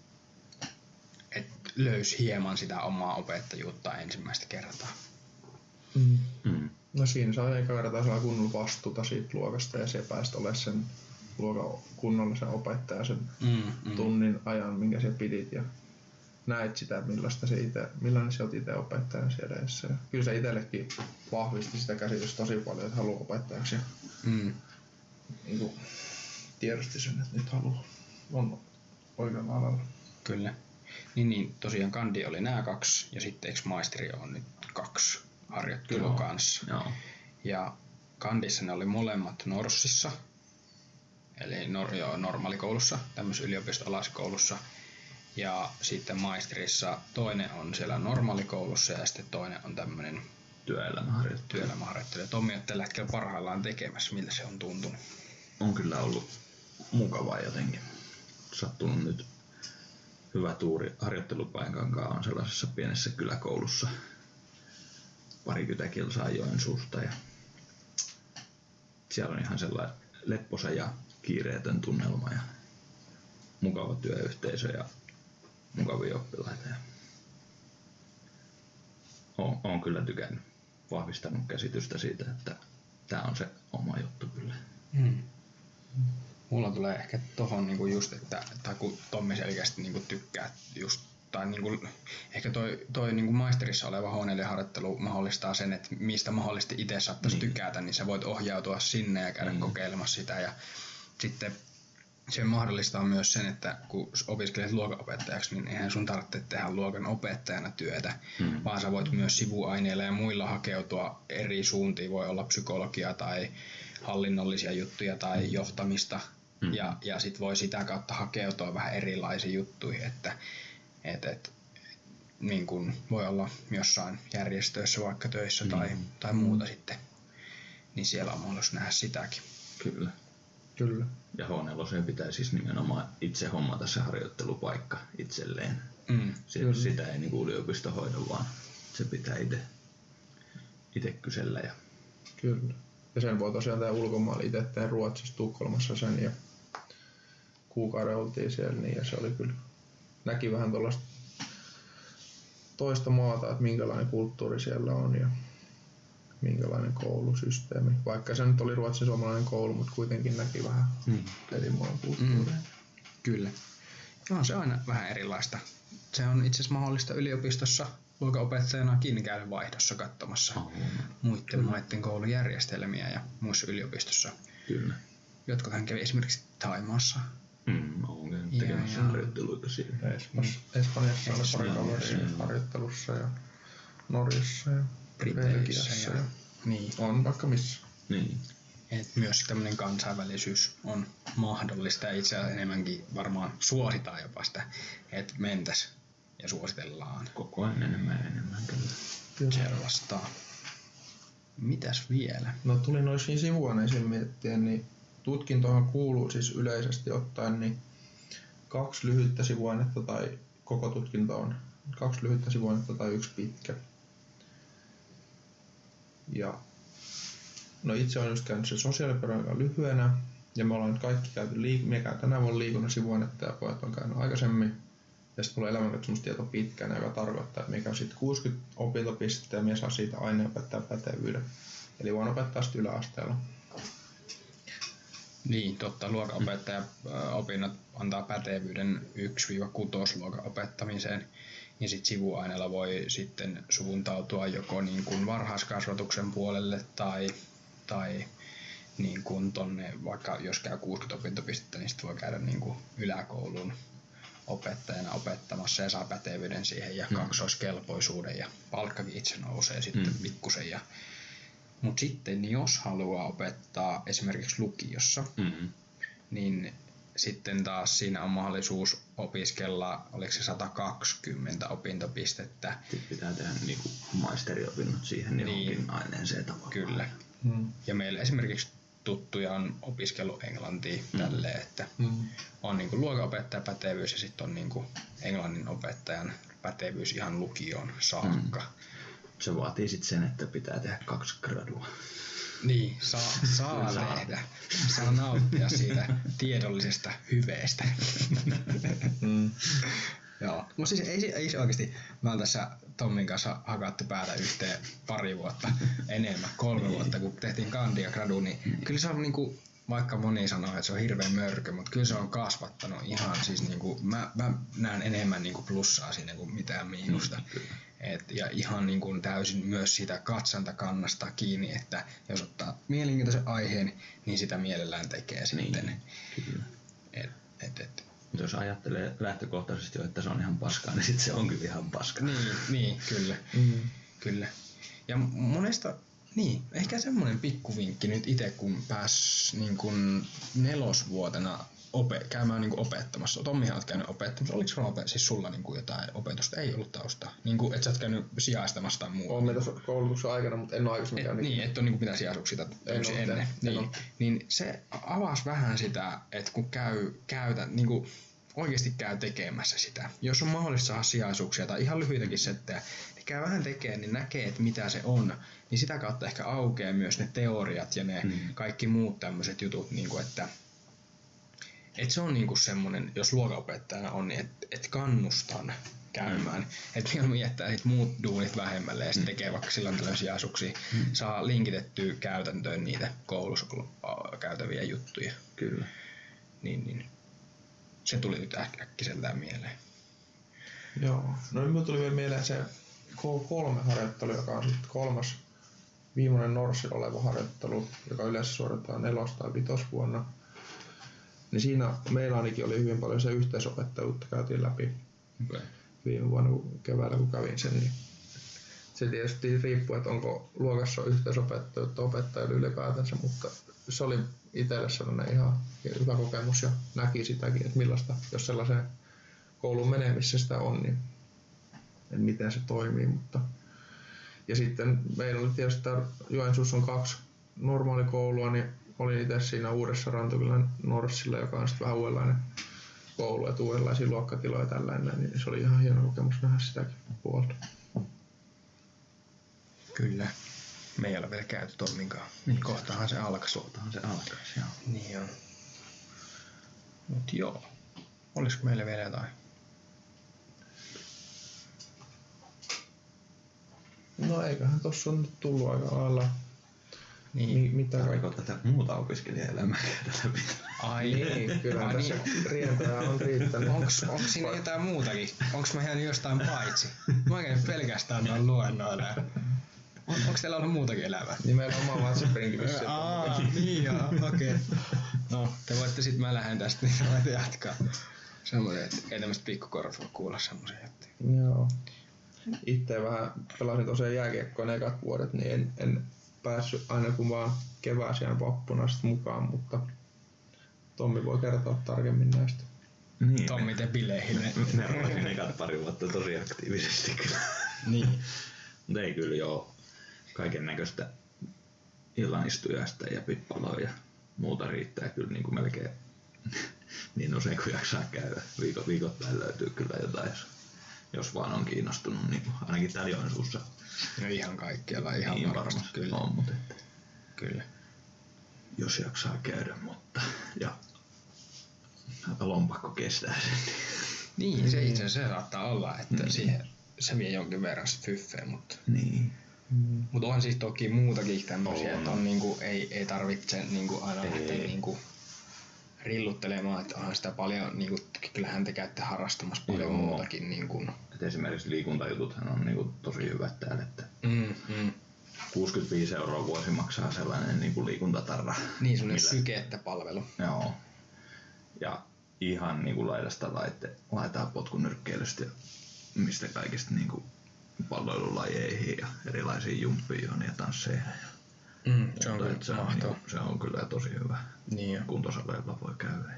että löysi hieman sitä omaa opettajuutta ensimmäistä kertaa. Mm. Mm. No siinä saa eka kertaa saa kunnolla vastuuta siitä luokasta ja se päästä olemaan sen luokan kunnollisen opettajan sen Mm, mm. tunnin ajan, minkä sä pidit ja näit sitä, millaista se ite, millainen sä oot itse opettajana siellä edessä. Ja kyllä se itsellekin vahvisti sitä käsitystä tosi paljon, että haluaa opettajaksi ja Mm. niin kuin, tiedosti sen, että nyt haluaa on oikealla alalla. Kyllä. Niin, niin tosiaan kandi oli nämä kaksi ja sitten eikö maisteri on nyt kaksi harjoittelua Joo. kanssa. Joo. Ja kandissa ne oli molemmat Norssissa, eli nor- joo, normaalikoulussa, tämmöisessä yliopisto-alaskoulussa. Ja sitten maisterissa toinen on siellä normaalikoulussa ja sitten toinen on tämmöinen Työelämäharjoittelu. työelämäharjoittelu. Tommi on tällä hetkellä parhaillaan tekemässä, miltä se on tuntunut. On kyllä ollut mukavaa jotenkin. Sattunut nyt hyvä tuuri harjoittelupaikan kanssa on sellaisessa pienessä kyläkoulussa parikymmentä kilsaa Joensuusta ja siellä on ihan sellainen lepposa ja kiireetön tunnelma ja mukava työyhteisö ja mukavia oppilaita. Ja oon, oon kyllä tykännyt, vahvistanut käsitystä siitä, että tää on se oma juttu kyllä. Mm. Mulla tulee ehkä tohon niinku just, että tai kun Tommi selkeästi niinku tykkää just tai niinku, ehkä toi, toi niinku maisterissa oleva H neljä -harjoittelu mahdollistaa sen, että mistä mahdollisesti itse saattaisi Niin. tykätä, niin sä voit ohjautua sinne ja käydä Niin. kokeilemassa sitä. Ja sitten se mahdollistaa myös sen, että kun opiskelet luokanopettajaksi, niin eihän sun tarvitse tehdä luokan opettajana työtä, Mm. vaan sä voit myös sivuaineilla ja muilla hakeutua eri suuntiin. Voi olla psykologia tai hallinnollisia juttuja tai johtamista. Mm. Ja, ja sit voi sitä kautta hakeutua vähän erilaisiin juttuihin, että et, et, niin kun voi olla jossain järjestöissä vaikka töissä tai, Mm. tai muuta sitten, niin siellä on mahdollisuus nähdä sitäkin. Kyllä. Kyllä. Ja H neljä pitää siis nimenomaan itse hommata se harjoittelupaikka itselleen. Mm. Si- Kyllä. sitä ei niinku yliopisto hoida, vaan se pitää itse itse kysellä. Ja Kyllä. Ja sen voi tosiaan tehdä ulkomailla. Itse tein Ruotsissa, Tukholmassa sen ja kuukauden oltiin siellä niin ja se oli kyllä, näki vähän tuollaista toista maata, että minkälainen kulttuuri siellä on ja minkälainen koulusysteemi. Vaikka se nyt oli ruotsin suomalainen koulu, mutta kuitenkin näki vähän mm. eri maan kulttuuria. Mm. Kyllä. On se aina vähän erilaista. Se on itse asiassa mahdollista yliopistossa luokanopettajanakin käydä vaihdossa katsomassa Oh, muiden maiden koulujärjestelmiä ja muissa yliopistossa. kyllä. Jotkuthan kävi esimerkiksi Thaimaassa. Mm, olen käynyt Ja, tekemässä ja. harjoitteluita siellä. Espas, Espanjassa oli pari Espanjassa, kaveria joo. harjoittelussa ja Norjassa ja Briteissä Belgiassa. ja- Ja Niin. on vaikka missä. Niin. Et myös tämmöinen kansainvälisyys on mahdollista ja itse asiassa enemmänkin varmaan suositaan jopa sitä, että mentäs ja suositellaan Koko ajan enemmän ja enemmän kyllä. Kyllä. sellaista. Mitäs vielä? No tuli noisiin sivuaineisiin miettiä, niin tutkintohan kuuluu siis yleisesti ottaen niin kaksi lyhyttä sivuainetta tai koko tutkinto on kaksi lyhyttä sivuainetta tai yksi pitkä. Ja no itse olen just käynyt sen sosiaalipedagogiikan lyhyenä Ja me ollaan nyt kaikki käyty liik- Mie käyn tänä vuonna liikunnan sivuainetta ja pojat on käynyt aikaisemmin. Ja sitten mulla on elämänkatsomustietto pitkään, joka tarkoittaa, että mie käyn sitten kuusikymmentä opintopistettä ja mie saa siitä aineenopettajan pätevyyden. Eli voin opettaa sitten yläasteella. Niin, totta. Luokanopettajan opinnot antaa pätevyyden yksi kuusi luokan opettamiseen. Ja sitten sivuaineella voi sitten suuntautua joko niin kuin varhaiskasvatuksen puolelle tai, tai niin kuin tonne, vaikka jos käy kuusikymmentä opintopistettä, niin sitten voi käydä niin kuin yläkoulun opettajana opettamassa ja saa pätevyyden siihen ja kaksoiskelpoisuuden ja palkkakin itse nousee sitten mm. pikkusen. Ja mutta sitten jos haluaa opettaa esimerkiksi lukiossa, mm-hmm. niin sitten taas siinä on mahdollisuus opiskella, oliko se sata kaksikymmentä opintopistettä. Sitten pitää tehdä niinku maisteriopinnot siihen niin. johonkin aineeseen tavallaan. Kyllä. Mm. Ja meillä esimerkiksi tuttuja on opiskellut englantia mm. tälleen, että mm. on niinku luokanopettajan pätevyys ja sitten on niinku englannin opettajan pätevyys ihan lukioon saakka. Mm. Se vaatii sitten sen, että pitää tehdä kaksi gradua. Niin, saa, saa tehdä. Saa nauttia siitä tiedollisesta hyveestä. mm. Joo. No siis ei, ei se oikeesti, mä oon tässä Tommin kanssa hakattu päätä yhteen pari vuotta enemmän, kolme vuotta, kun tehtiin kandia gradu, niin kyllä se on niinku, vaikka moni sanoo, että se on hirveän mörkö, mutta kyllä se on kasvattanut ihan siis niinku, mä, mä näen enemmän niinku plussaa siinä kuin mitään miinusta. Mm, Et, ja ihan niin kuin täysin myös sitä katsantakannasta kiinni, että jos ottaa mielenkiintoisen aiheen, niin sitä mielellään tekee sitten. Niin, kyllä. Et, et, et. Jos ajattelee lähtökohtaisesti jo, että se on ihan paskaa, niin sitten se on kyllä ihan paskaa. Niin, niin kyllä. Mm. kyllä. Ja monesta, niin, ehkä semmoinen pikkuvinkki nyt itse, kun pääs niin kuin nelosvuotena Ope, käymään niinku opettamassa. Tommihan oot käynyt opettamassa. Oliko sulla, opet- siis sulla niinku jotain opetusta? Ei ollut taustaa. Niinku, et sä oot käynyt sijaistamassa tai muuta. Olen tuossa koulutuksen aikana, mutta en ole aikaisemmin käynyt. Niin, et ole niinku mitään sijaisuuksia ennen. En niin, niin se avasi vähän sitä, että kun käy, käytä, niinku, oikeasti käy tekemässä sitä. Jos on mahdollista saada sijaisuuksia tai ihan lyhyitäkin settejä, niin käy vähän tekemään, niin näkee, että mitä se on. Niin sitä kautta ehkä aukeaa myös ne teoriat ja ne hmm. kaikki muut tämmöiset jutut, niinku, että et se on niinku semmonen, jos luokanopettajana on, niin että et kannustan käymään. Mm. Että mieluummin jättää sit muut duunit vähemmälle ja sitten tekee vaikka silloin tällöin sijaisuuksia. Mm. Saa linkitettyä käytäntöön niitä koulussa käytäviä juttuja. Kyllä. Niin, niin. Se tuli nyt äkkiseltään mieleen. Joo. No nyt minulle tuli vielä mieleen se K kolme -harjoittelu, joka on sitten kolmas viimeinen Norssilla oleva harjoittelu, joka yleensä suoritetaan nelos- tai vitosvuonna. Niin siinä meillä ainakin oli hyvin paljon se yhteisopettajuutta käytiin läpi okay. viime vuonna kun keväällä kun kävin sen. Niin se tietysti riippuu, että onko luokassa yhteisopettajuutta opettajille ylipäätänsä, mutta se oli itselle sellainen ihan hyvä kokemus ja näki sitäkin, että millaista, jos sellaiseen kouluun menee, missä sitä on, niin en miten se toimii. Mutta ja sitten meillä oli tietysti täällä Joensuussa on kaksi normaalikoulua, niin olin itse siinä uudessa Rantakylän Norssilla, joka on sitten vähän uudenlainen koulu ja uudenlaisia luokkatiloja tällainen, niin se oli ihan hieno kokemus nähdä sitäkin puolta. Kyllä. Me ei ole vielä käyty Tomminkaan. Niin, kohtahan se alkaisi. Kohtahan se alkaisi, joo. Niin on. Mut joo. Olisiko meillä vielä jotain? No eiköhän tossa on nyt tullut aika lailla. Niin. Mi- mitä Tarviiko tätä muuta opiskelijaelämää käydä läpi? Ai niin, kyllä ai tässä niin. rientoja on riittänyt. Onks, onks siinä jotain muutakin? Onks mä ihan jostain paitsi? Mä oon käynyt pelkästään noin luennoilla. On, onks teillä ollut muutakin elämää? Niin meillä on oma WhatsApp-rinki vissiin. Aa, niin joo, okei. Okay. No, te voitte sit, mä lähden tästä, niin voitte jatkaa. Semmoinen, että ei tämmöset pikkukorvat voi kuulla semmosia juttuja. Joo. Itse vähän pelasin tosiaan jääkiekkoa ne ekat vuodet, niin en, en päässyt aina kun vaan kevääseen vappuna sit mukaan, mutta Tommi voi kertoa tarkemmin näistä. Niin, Tommi te bileihin. Me, me ollaan ekat pari vuotta tosi aktiivisesti kyllä. Niin. Mutta ei kyllä joo kaiken näköistä illanistujasta ja pippaloa ja muuta riittää kyllä niin kuin melkein niin usein kuin jaksaa käydä. Viikot, viikoittain löytyy kyllä jotain, jos, jos vaan on kiinnostunut, niin kuin ainakin täällä Joensuussa. No ihan kaikkialla, ihan niin varmasti kyllä. On, mutta että kyllä. Jos jaksaa käydä, mutta ja lompakko kestää sen. Niin, se itse asiassa saattaa olla, että mm. siihen se vie jonkin verran sit fyffeä, mutta... Niin. Mm. Mutta on siis toki muutakin tämmöisiä, että on niinku, ei, ei tarvitse niinku aina lähteä niinku rilluttelemaan, että onhan sitä paljon, niinku, kyllähän te käytte harrastamassa paljon Joo. muutakin. Niinku. Et esimerkiksi liikuntajututhan on niinku tosi hyvät täällä, että mm, mm. kuusikymmentäviisi euroa vuosi maksaa sellainen niinku liikuntatarra. Niin, semmoinen sykeettäpalvelu. Joo. Ja ihan niinku laidasta laitte, laitetaan potkunyrkkeilystä ja mistä kaikista niinku palloilulajeihin ja erilaisiin jumppiin ja tansseihin. Mm, se on kyllä se, on, se on kyllä tosi hyvä. Niin kuntosaleilla voi käydä.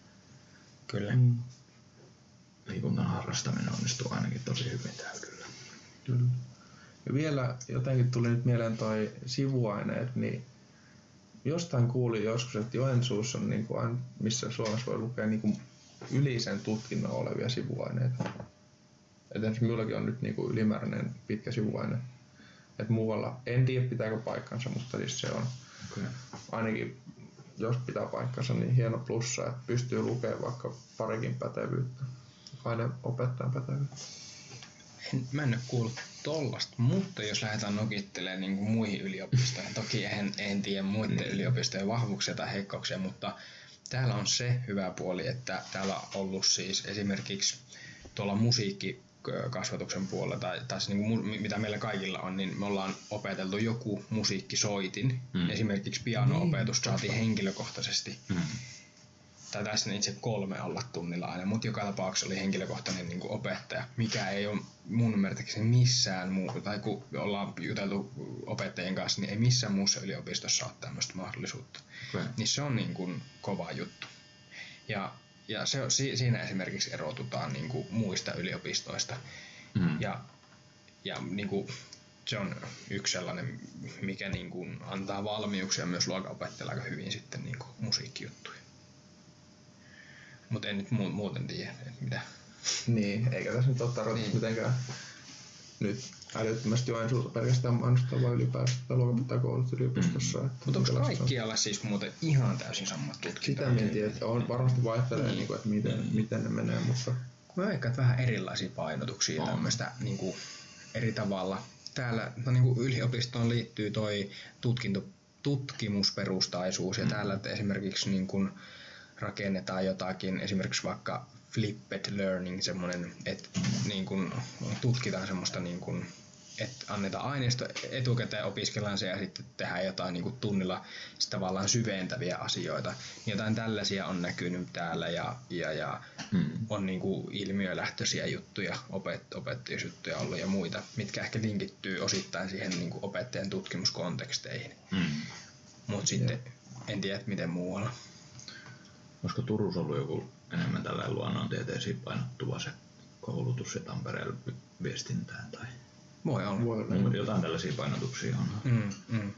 Kyllä. Mm. Liikunnan harrastaminen onnistuu ainakin tosi hyvin täällä kyllä. Kyllä. Ja vielä jotenkin tuli nyt mieleen toi sivuaineet, niin jostain kuulin joskus, että Joensuussa on niin kuin, missä Suomessa voi lukea niin kuin ylisen tutkinnon olevia sivuaineita. Et esimerkiksi minullakin on nyt niin kuin ylimääräinen pitkä sivuaine. Et muualla, en tiedä pitääkö paikkansa, mutta siis se on okay. Ainakin, jos pitää paikkansa, niin hieno plussa, että pystyy lukemaan vaikka parikin pätevyyttä. Aina opettajan pätevyyttä. En, mä en ole kuullut tollasta, mutta jos lähdetään nokittelemaan niin kuin muihin yliopistoihin, toki en, en tiedä muiden mm. yliopistojen vahvuuksia tai heikkouksia, mutta täällä on se hyvä puoli, että täällä on ollut siis esimerkiksi tuolla musiikkikasvatuksen puolella, tai, tai niin kuin, mitä meillä kaikilla on, niin me ollaan opeteltu joku musiikkisoitin. Mm. Esimerkiksi piano-opetus saatiin henkilökohtaisesti. Mm. Tai tässä itse kolme olla tunnilla aina, mutta joka tapauksessa oli henkilökohtainen niin kuin opettaja, mikä ei ole mun ymmärtääkseni missään muu, tai kun ollaan juteltu opettajien kanssa, niin ei missään muussa yliopistossa ole tämmöistä mahdollisuutta. Okay. Niin se on niin kuin kova juttu. Ja, ja se, siinä esimerkiksi erotutaan niin kuin muista yliopistoista. Mm. Ja, ja niin kuin, se on yksi sellainen, mikä niin kuin antaa valmiuksia myös luokanopettajalle aika hyvin sitten niin kuin musiikkijuttuja. Mutta en nyt muuten tiedä, että mitä. Niin, eikä tässä nyt ole tarvitse niin. Mitenkään nyt älyttömästi Joensuuta pelkästään mainostaa, vaan ylipäänsä luokanopettajakoulutus yliopistossa. Mm. Mutta onko kaikkialla siis muuten ihan täysin samat tutkinto? Sitä en tiedä, että on varmasti vaihtelee, niin. Niin, että miten, mm. miten ne menee, mutta... Mä veikkaan, että vähän erilaisia painotuksia tämmöistä niin kuin eri tavalla. Täällä no, niin kuin yliopistoon liittyy toi tutkinto, tutkimusperustaisuus ja mm. täällä esimerkiksi niin kuin rakennetaan jotakin, esimerkiksi vaikka flipped learning, semmoinen, että niin kun tutkitaan semmoista, niin kun, että annetaan aineisto etukäteen, opiskellaan se ja sitten tehdään jotain niin kun tunnilla tavallaan syventäviä asioita. Jotain tällaisia on näkynyt täällä ja, ja, ja hmm. on niin kun ilmiölähtöisiä juttuja, opet, opettajusjuttuja ollut ja muita, mitkä ehkä linkittyy osittain siihen niin kun opettajan tutkimuskonteksteihin. Hmm. Mutta sitten en tiedä, miten muualla. Olisiko Turussa ollut joku enemmän tällainen luonnontieteisiin painottuva se koulutus ja Tampereella viestintään? Tai... Voi olla. Voi olla. Jotain tällaisia painotuksia on. Mm, mm.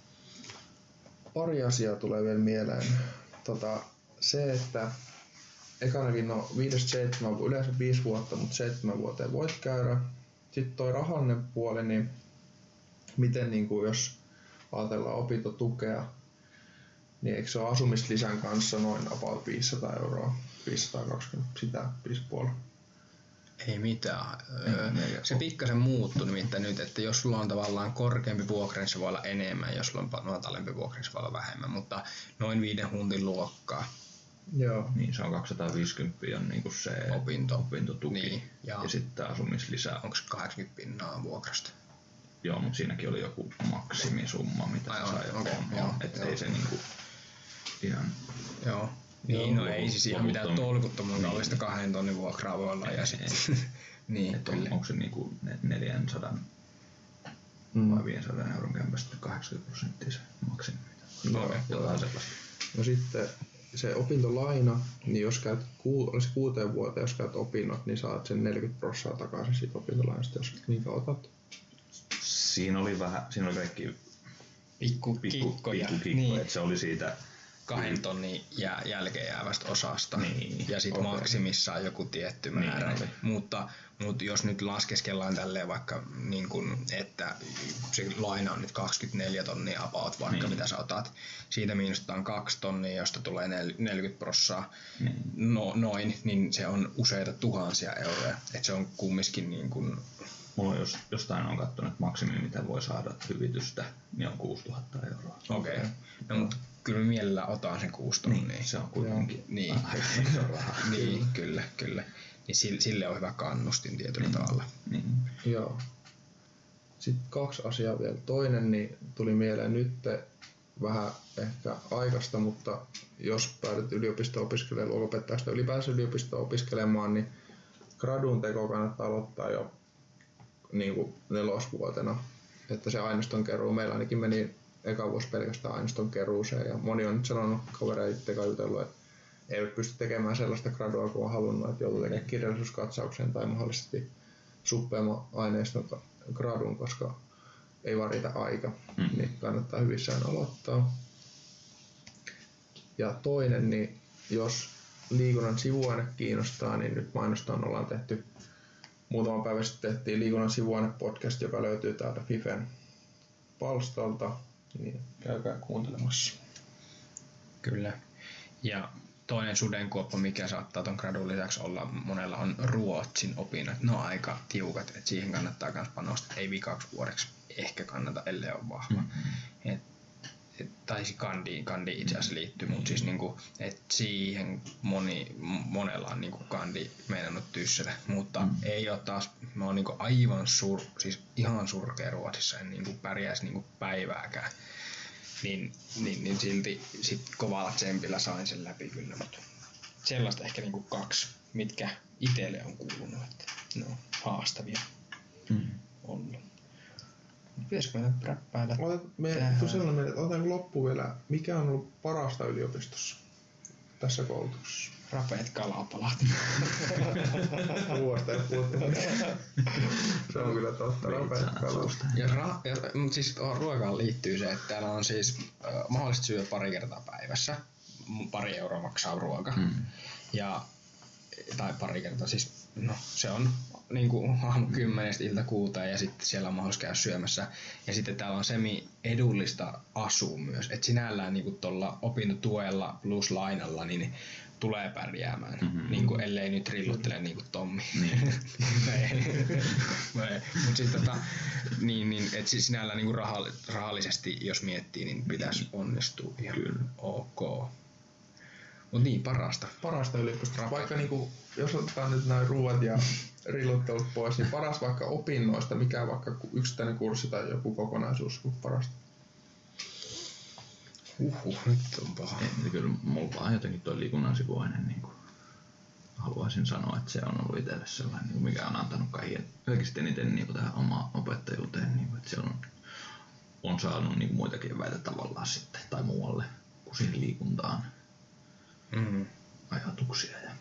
Pari asiaa tulee vielä mieleen. Tota, se, että ekanakin no viidestä seitsemän, yleensä viisi vuotta, mutta seitsemän vuoteen voit käydä. Sitten toi rahallinen puoli, niin miten niin kuin jos ajatellaan opintotukea, niin eikö se ole asumislisän kanssa noin about viisisataa euroa, viisisataakaksikymmentä, sitä viisi pilkku viisi. Ei mitään. Ei, se pikkasen muuttui nimittäin nyt, että jos sulla on tavallaan korkeampi vuokra, niin se voi olla enemmän, jos sulla on matalempi vuokra, niin se voi olla vähemmän, mutta noin viiden huntin luokkaa. Joo. Niin se on kaksisataaviisikymmentä on niinku se Opinto. opintotuki niin, ja, ja sitten asumislisä. Onko se kahdeksankymmentä pinnaa vuokrasta? Joo, mutta siinäkin oli joku maksimisumma, mitä Ai, sai okay, olla. Että ei se niinku ihan... Joo. Niin, no ei siis ihan mitään tolkuttomuutta niin. Sitä kahden tonnin vuokraa voi olla. Ja sitten niin, on, onko se niinku neljäsataa mm. vai viisisataa euron kämpästä kahdeksankymmentä prosenttia se maksimi? No, no sitten se opintolaina, niin jos käyt ku, olisi kuuteen vuoteen, jos käyt opinnot, niin saat sen neljäkymmentä prosenttia takaisin siitä opintolainasta, jos minkä otat. Siinä oli vähän, siinä oli kaikki pikku, pikku kikkoja. Pikku kikkoja. Niin. Että se oli siitä kahden tonnin jää, jälkeen jäävästä osasta. Niin, ja sitten okei. maksimissaan joku tietty määrä. Niin, mutta, mutta jos nyt laskeskellaan tälleen vaikka, niin kun, että se laina on nyt kaksikymmentäneljä tonnia about, vaikka Niin. mitä sä otat. Siitä miinustetaan kaksi tonnia, josta tulee neljäkymmentä prosenttia Niin. no, noin, niin se on useita tuhansia euroja. Et se on kumminkin niin kun, Mulla on jos, jostain on katsonut, että maksimi mitä voi saada hyvitystä, niin on kuusituhatta euroa. okei. Okay. No mutta kyllä mä mielellään otan sen kuusi tonnia. Niin, se on kuitenkin Niin. aika iso raha. Niin, kyllä, kyllä. Niin sille, sille on hyvä kannustin tietyllä Niin. tavalla. Niin. Joo. Sitten kaksi asiaa vielä. Toinen niin tuli mieleen nyt vähän ehkä aikaista, mutta jos päädyt yliopisto-opiskelemaan, luokaopettajaksi tai ylipäänsä yliopisto-opiskelemaan, niin gradun teko kannattaa aloittaa jo niin kuin nelosvuotena. Että se aineiston keruu, meillä ainakin meni eka vuosi pelkästään aineiston keruuseen ja moni on nyt sanonut kavereiden jutellut, että eivät pysty tekemään sellaista gradua kuin on halunnut, että joutuu tekemään kirjallisuuskatsauksen tai mahdollisesti suppeamman aineiston gradun, koska ei vaan riitä aika, Mm. niin kannattaa hyvissään aloittaa. Ja toinen, niin jos liikunnan sivuaine kiinnostaa, niin nyt mainostaan ollaan tehty, muutama päivä sitten tehtiin liikunnan sivuaine-podcast, joka löytyy täältä Fifen palstalta, niin käykää kuuntelemassa. Kyllä. Ja toinen sudenkuoppa, mikä saattaa ton gradun lisäksi olla, monella on Ruotsin opinnot. Ne on aika tiukat, että siihen kannattaa myös panostaa. Ei vikaksi vuodeksi ehkä kannata, ellei ole vahva. Mm-hmm. Et, et, tai siis kandi, kandi itse asiassa liittyy, mutta siis niinku, et siihen moni, monella on niinku kandi meinannut tyssätä. Mutta Mm. ei ole taas, mä oon niinku aivan sur, siis ihan surkea Ruotsissa, en niinku pärjäisi niinku päivääkään. Niin, niin, niin silti sit kovalla tsempillä sain sen läpi kyllä, mutta sellaista ehkä niinku kaksi, mitkä itselle on kuulunut, että ne on haastavia Mm. ollut. Pitäisikö meidän räppäillä? Otat, me, Tähän. tuu sellainen, mieleen, että otetaanko loppuun vielä, mikä on ollut parasta yliopistossa tässä koulutuksessa? Rapeet kalapalat. Vuosta ei puhuttu. Se on kyllä totta. Rapeat kalat. Ja, ra- ja, mutta siis tuohon ruokaan liittyy se, että täällä on siis äh, mahdollista syödä pari kertaa päivässä. M- Pari euroa maksaa ruoka. Mm. Ja, tai pari kertaa siis, no se on niin kuin aamu kymmenestä ilta kuuteen ja sitten siellä on mahdollisuus käydä syömässä. Ja sitten täällä on semi-edullista asua myös. Että sinällään niin kuin tuolla opintotuella plus lainalla niin tulee pärjäämään, Mm-hmm. niin kuin, ellei nyt rilluttele niin kuin Tommi. Niin. Mutta sitten tota, niin, niin, et siis sinällään niin kuin rahall- rahallisesti, jos miettii, niin pitäisi onnistua ihan Kyllä. ok. Mut niin, parasta. Parasta yliopistossa. Vaikka niinku, jos otetaan nyt näin ruuat ja rilluttelut pois, niin paras vaikka opinnoista, mikä vaikka yksittäinen kurssi tai joku kokonaisuus on parasta. Huhhuh, nyt on paha. Ei, kyllä mulla vaan jotenkin toi liikunnan sivuaine, niin kuin haluaisin sanoa, että se on ollut itselle sellainen, niin kuin mikä on antanut kaiken, kaikista eniten niin kuin tähän omaan opettajuuteen, niin kuin, että se on, on saanut niin kuin muitakin eväitä tavallaan sitten, tai muualle kuin siihen liikuntaan Mm. ajatuksia. Ja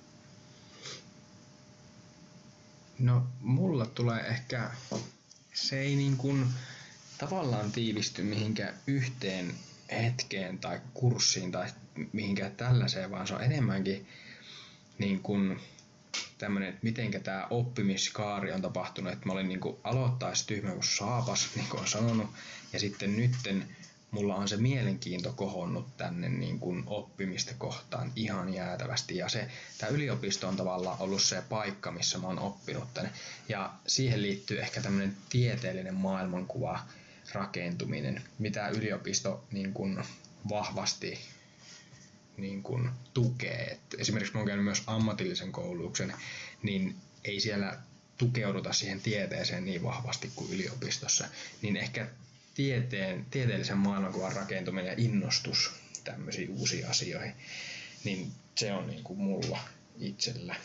No, mulla tulee ehkä, se ei niin kuin tavallaan tiivisty mihinkään yhteen hetkeen tai kurssiin tai mihinkään tällaiseen, vaan se on enemmänkin niin kuin tämmönen, että mitenkä tää oppimiskaari on tapahtunut, että mä olin niin kuin aloittaessa tyhmä kuin saapas, niin kuin on sanonut, ja sitten nytten mulla on se mielenkiinto kohonnut tänne niin kuin oppimista kohtaan ihan jäätävästi. Ja se, tämä yliopisto on tavallaan ollut se paikka, missä mä oon oppinut tänne. Ja siihen liittyy ehkä tämmöinen tieteellinen maailmankuva rakentuminen, mitä yliopisto niin kuin vahvasti niin kuin tukee. Et esimerkiksi mä oon käynyt myös ammatillisen koulutuksen, niin ei siellä tukeuduta siihen tieteeseen niin vahvasti kuin yliopistossa. Niin ehkä Tieteen, tieteellisen maailmankuvan rakentuminen ja innostus tämmöisiin uusiin asioihin, niin se on niin kuin mulla itsellä.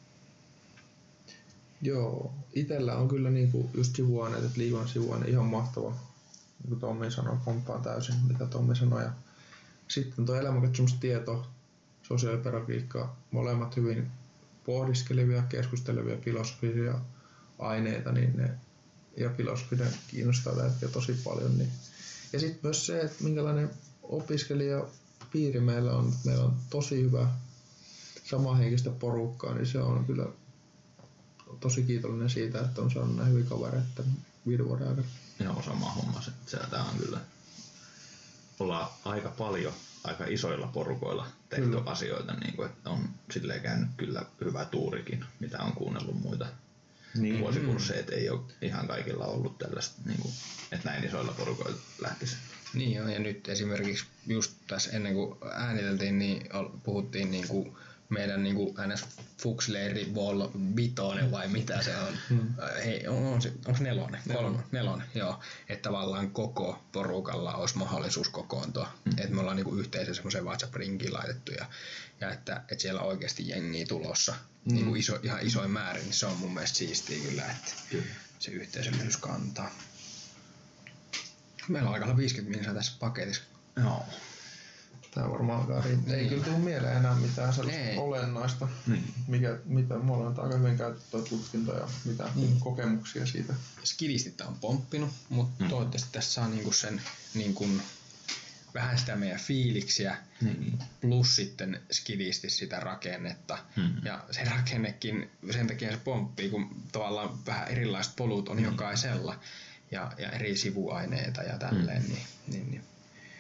Joo, itellä on kyllä niinku just sivuaineet, että liikunnan sivuaine ihan mahtava. Niin kuin Tommi sanoi, komppaan täysin mitä Tommi sanoi. Ja sitten tuo elämänkatsomustieto, sosiaalipedagogiikka, molemmat hyvin pohdiskelevia, keskustelevia filosofisia aineita, niin ne ja filosofinen kiinnostaa tällä tosi paljon. Niin. Ja sitten myös se, että minkälainen opiskelija piiri meillä on, meillä on tosi hyvä samanhenkistä porukkaa, niin se on kyllä tosi kiitollinen siitä, että on saanut näin hyviä kavereita viiden vuoden aikana. Joo, sama homma. Tää on kyllä, ollaan aika paljon, aika isoilla porukoilla tehty kyllä asioita, niin kuin, että on silleen käynyt kyllä hyvä tuurikin, mitä on kuunnellut muita niin vuosikursseja, että ei ole ihan kaikilla ollut tällaista, niin kuin, että näin isoilla porukoilla lähtisi. Niin joo, ja nyt esimerkiksi just tässä ennen kuin ääniteltiin, niin puhuttiin niin kuin meidän niin kuin N S Fuxleiri Vol Bitonen vai mitä se on. Hmm. Hei, on, on se, onko nelonen? Kolme, nelonen, joo. Että tavallaan koko porukalla olisi mahdollisuus kokoontua. Hmm. Että me ollaan niin kuin yhteisen semmoisen WhatsApp-rinkiin laitettu ja, ja että, että siellä on oikeasti jengiä tulossa. Hmm. Niin kuin iso, ihan isoin määrin, niin se on mun mielestä siistiä kyllä, että hmm. se yhteisöllisyys kantaa. Meillä on aika viisikymmentä minsaa tässä paketissa. Joo. Tää varmaan alkaa riittää. Ei kyllä tule mieleen enää mitään sellaista ei olennaista, niin mikä, mitä me ollaan aika hyvin käytettyä tutkintoja ja mitä niin kokemuksia siitä. Skidistit on pomppinut, mutta mm. toivottavasti tässä saa niinku sen niinku vähän sitä meidän fiiliksiä mm. plus sitten skidisti sitä rakennetta. Mm. Ja se rakennekin, sen takia se pomppii, kun tavallaan vähän erilaiset polut on mm. jokaisella ja, ja eri sivuaineita ja tälleen, mm. niin, niin, niin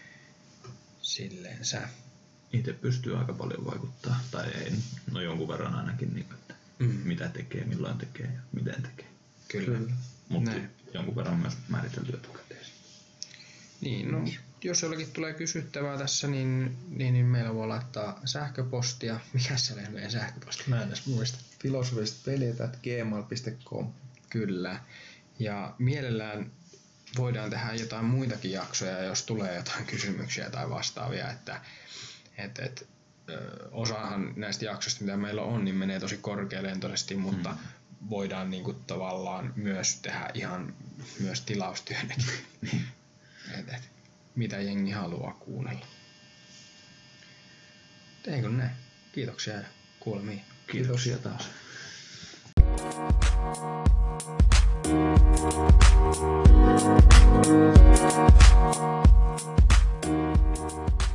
silleensä. Itse pystyy aika paljon vaikuttaa, tai ei, no jonkun verran ainakin, niin, että mm. mitä tekee, milloin tekee ja miten tekee. Kyllä. Mutta jonkun verran myös määritelty etukäteen. Niin, no jos jollakin tulee kysyttävää tässä, niin, niin, niin meillä voi laittaa sähköpostia. Mikä se oli meidän sähköposti? Mä en edes muista. filosofiset veljet at gmail piste com. Kyllä. Ja mielellään voidaan tehdä jotain muitakin jaksoja, jos tulee jotain kysymyksiä tai vastaavia, että et, et, ö, osahan näistä jaksoista, mitä meillä on, niin menee tosi korkealentoisesti, mutta mm. voidaan niinku tavallaan myös tehdä ihan myös tilaustyönäkin, et, et, mitä jengi haluaa kuunnella. Eikö näin? Kiitoksia ja kuulemiin. Kiitoksia taas. Thank you.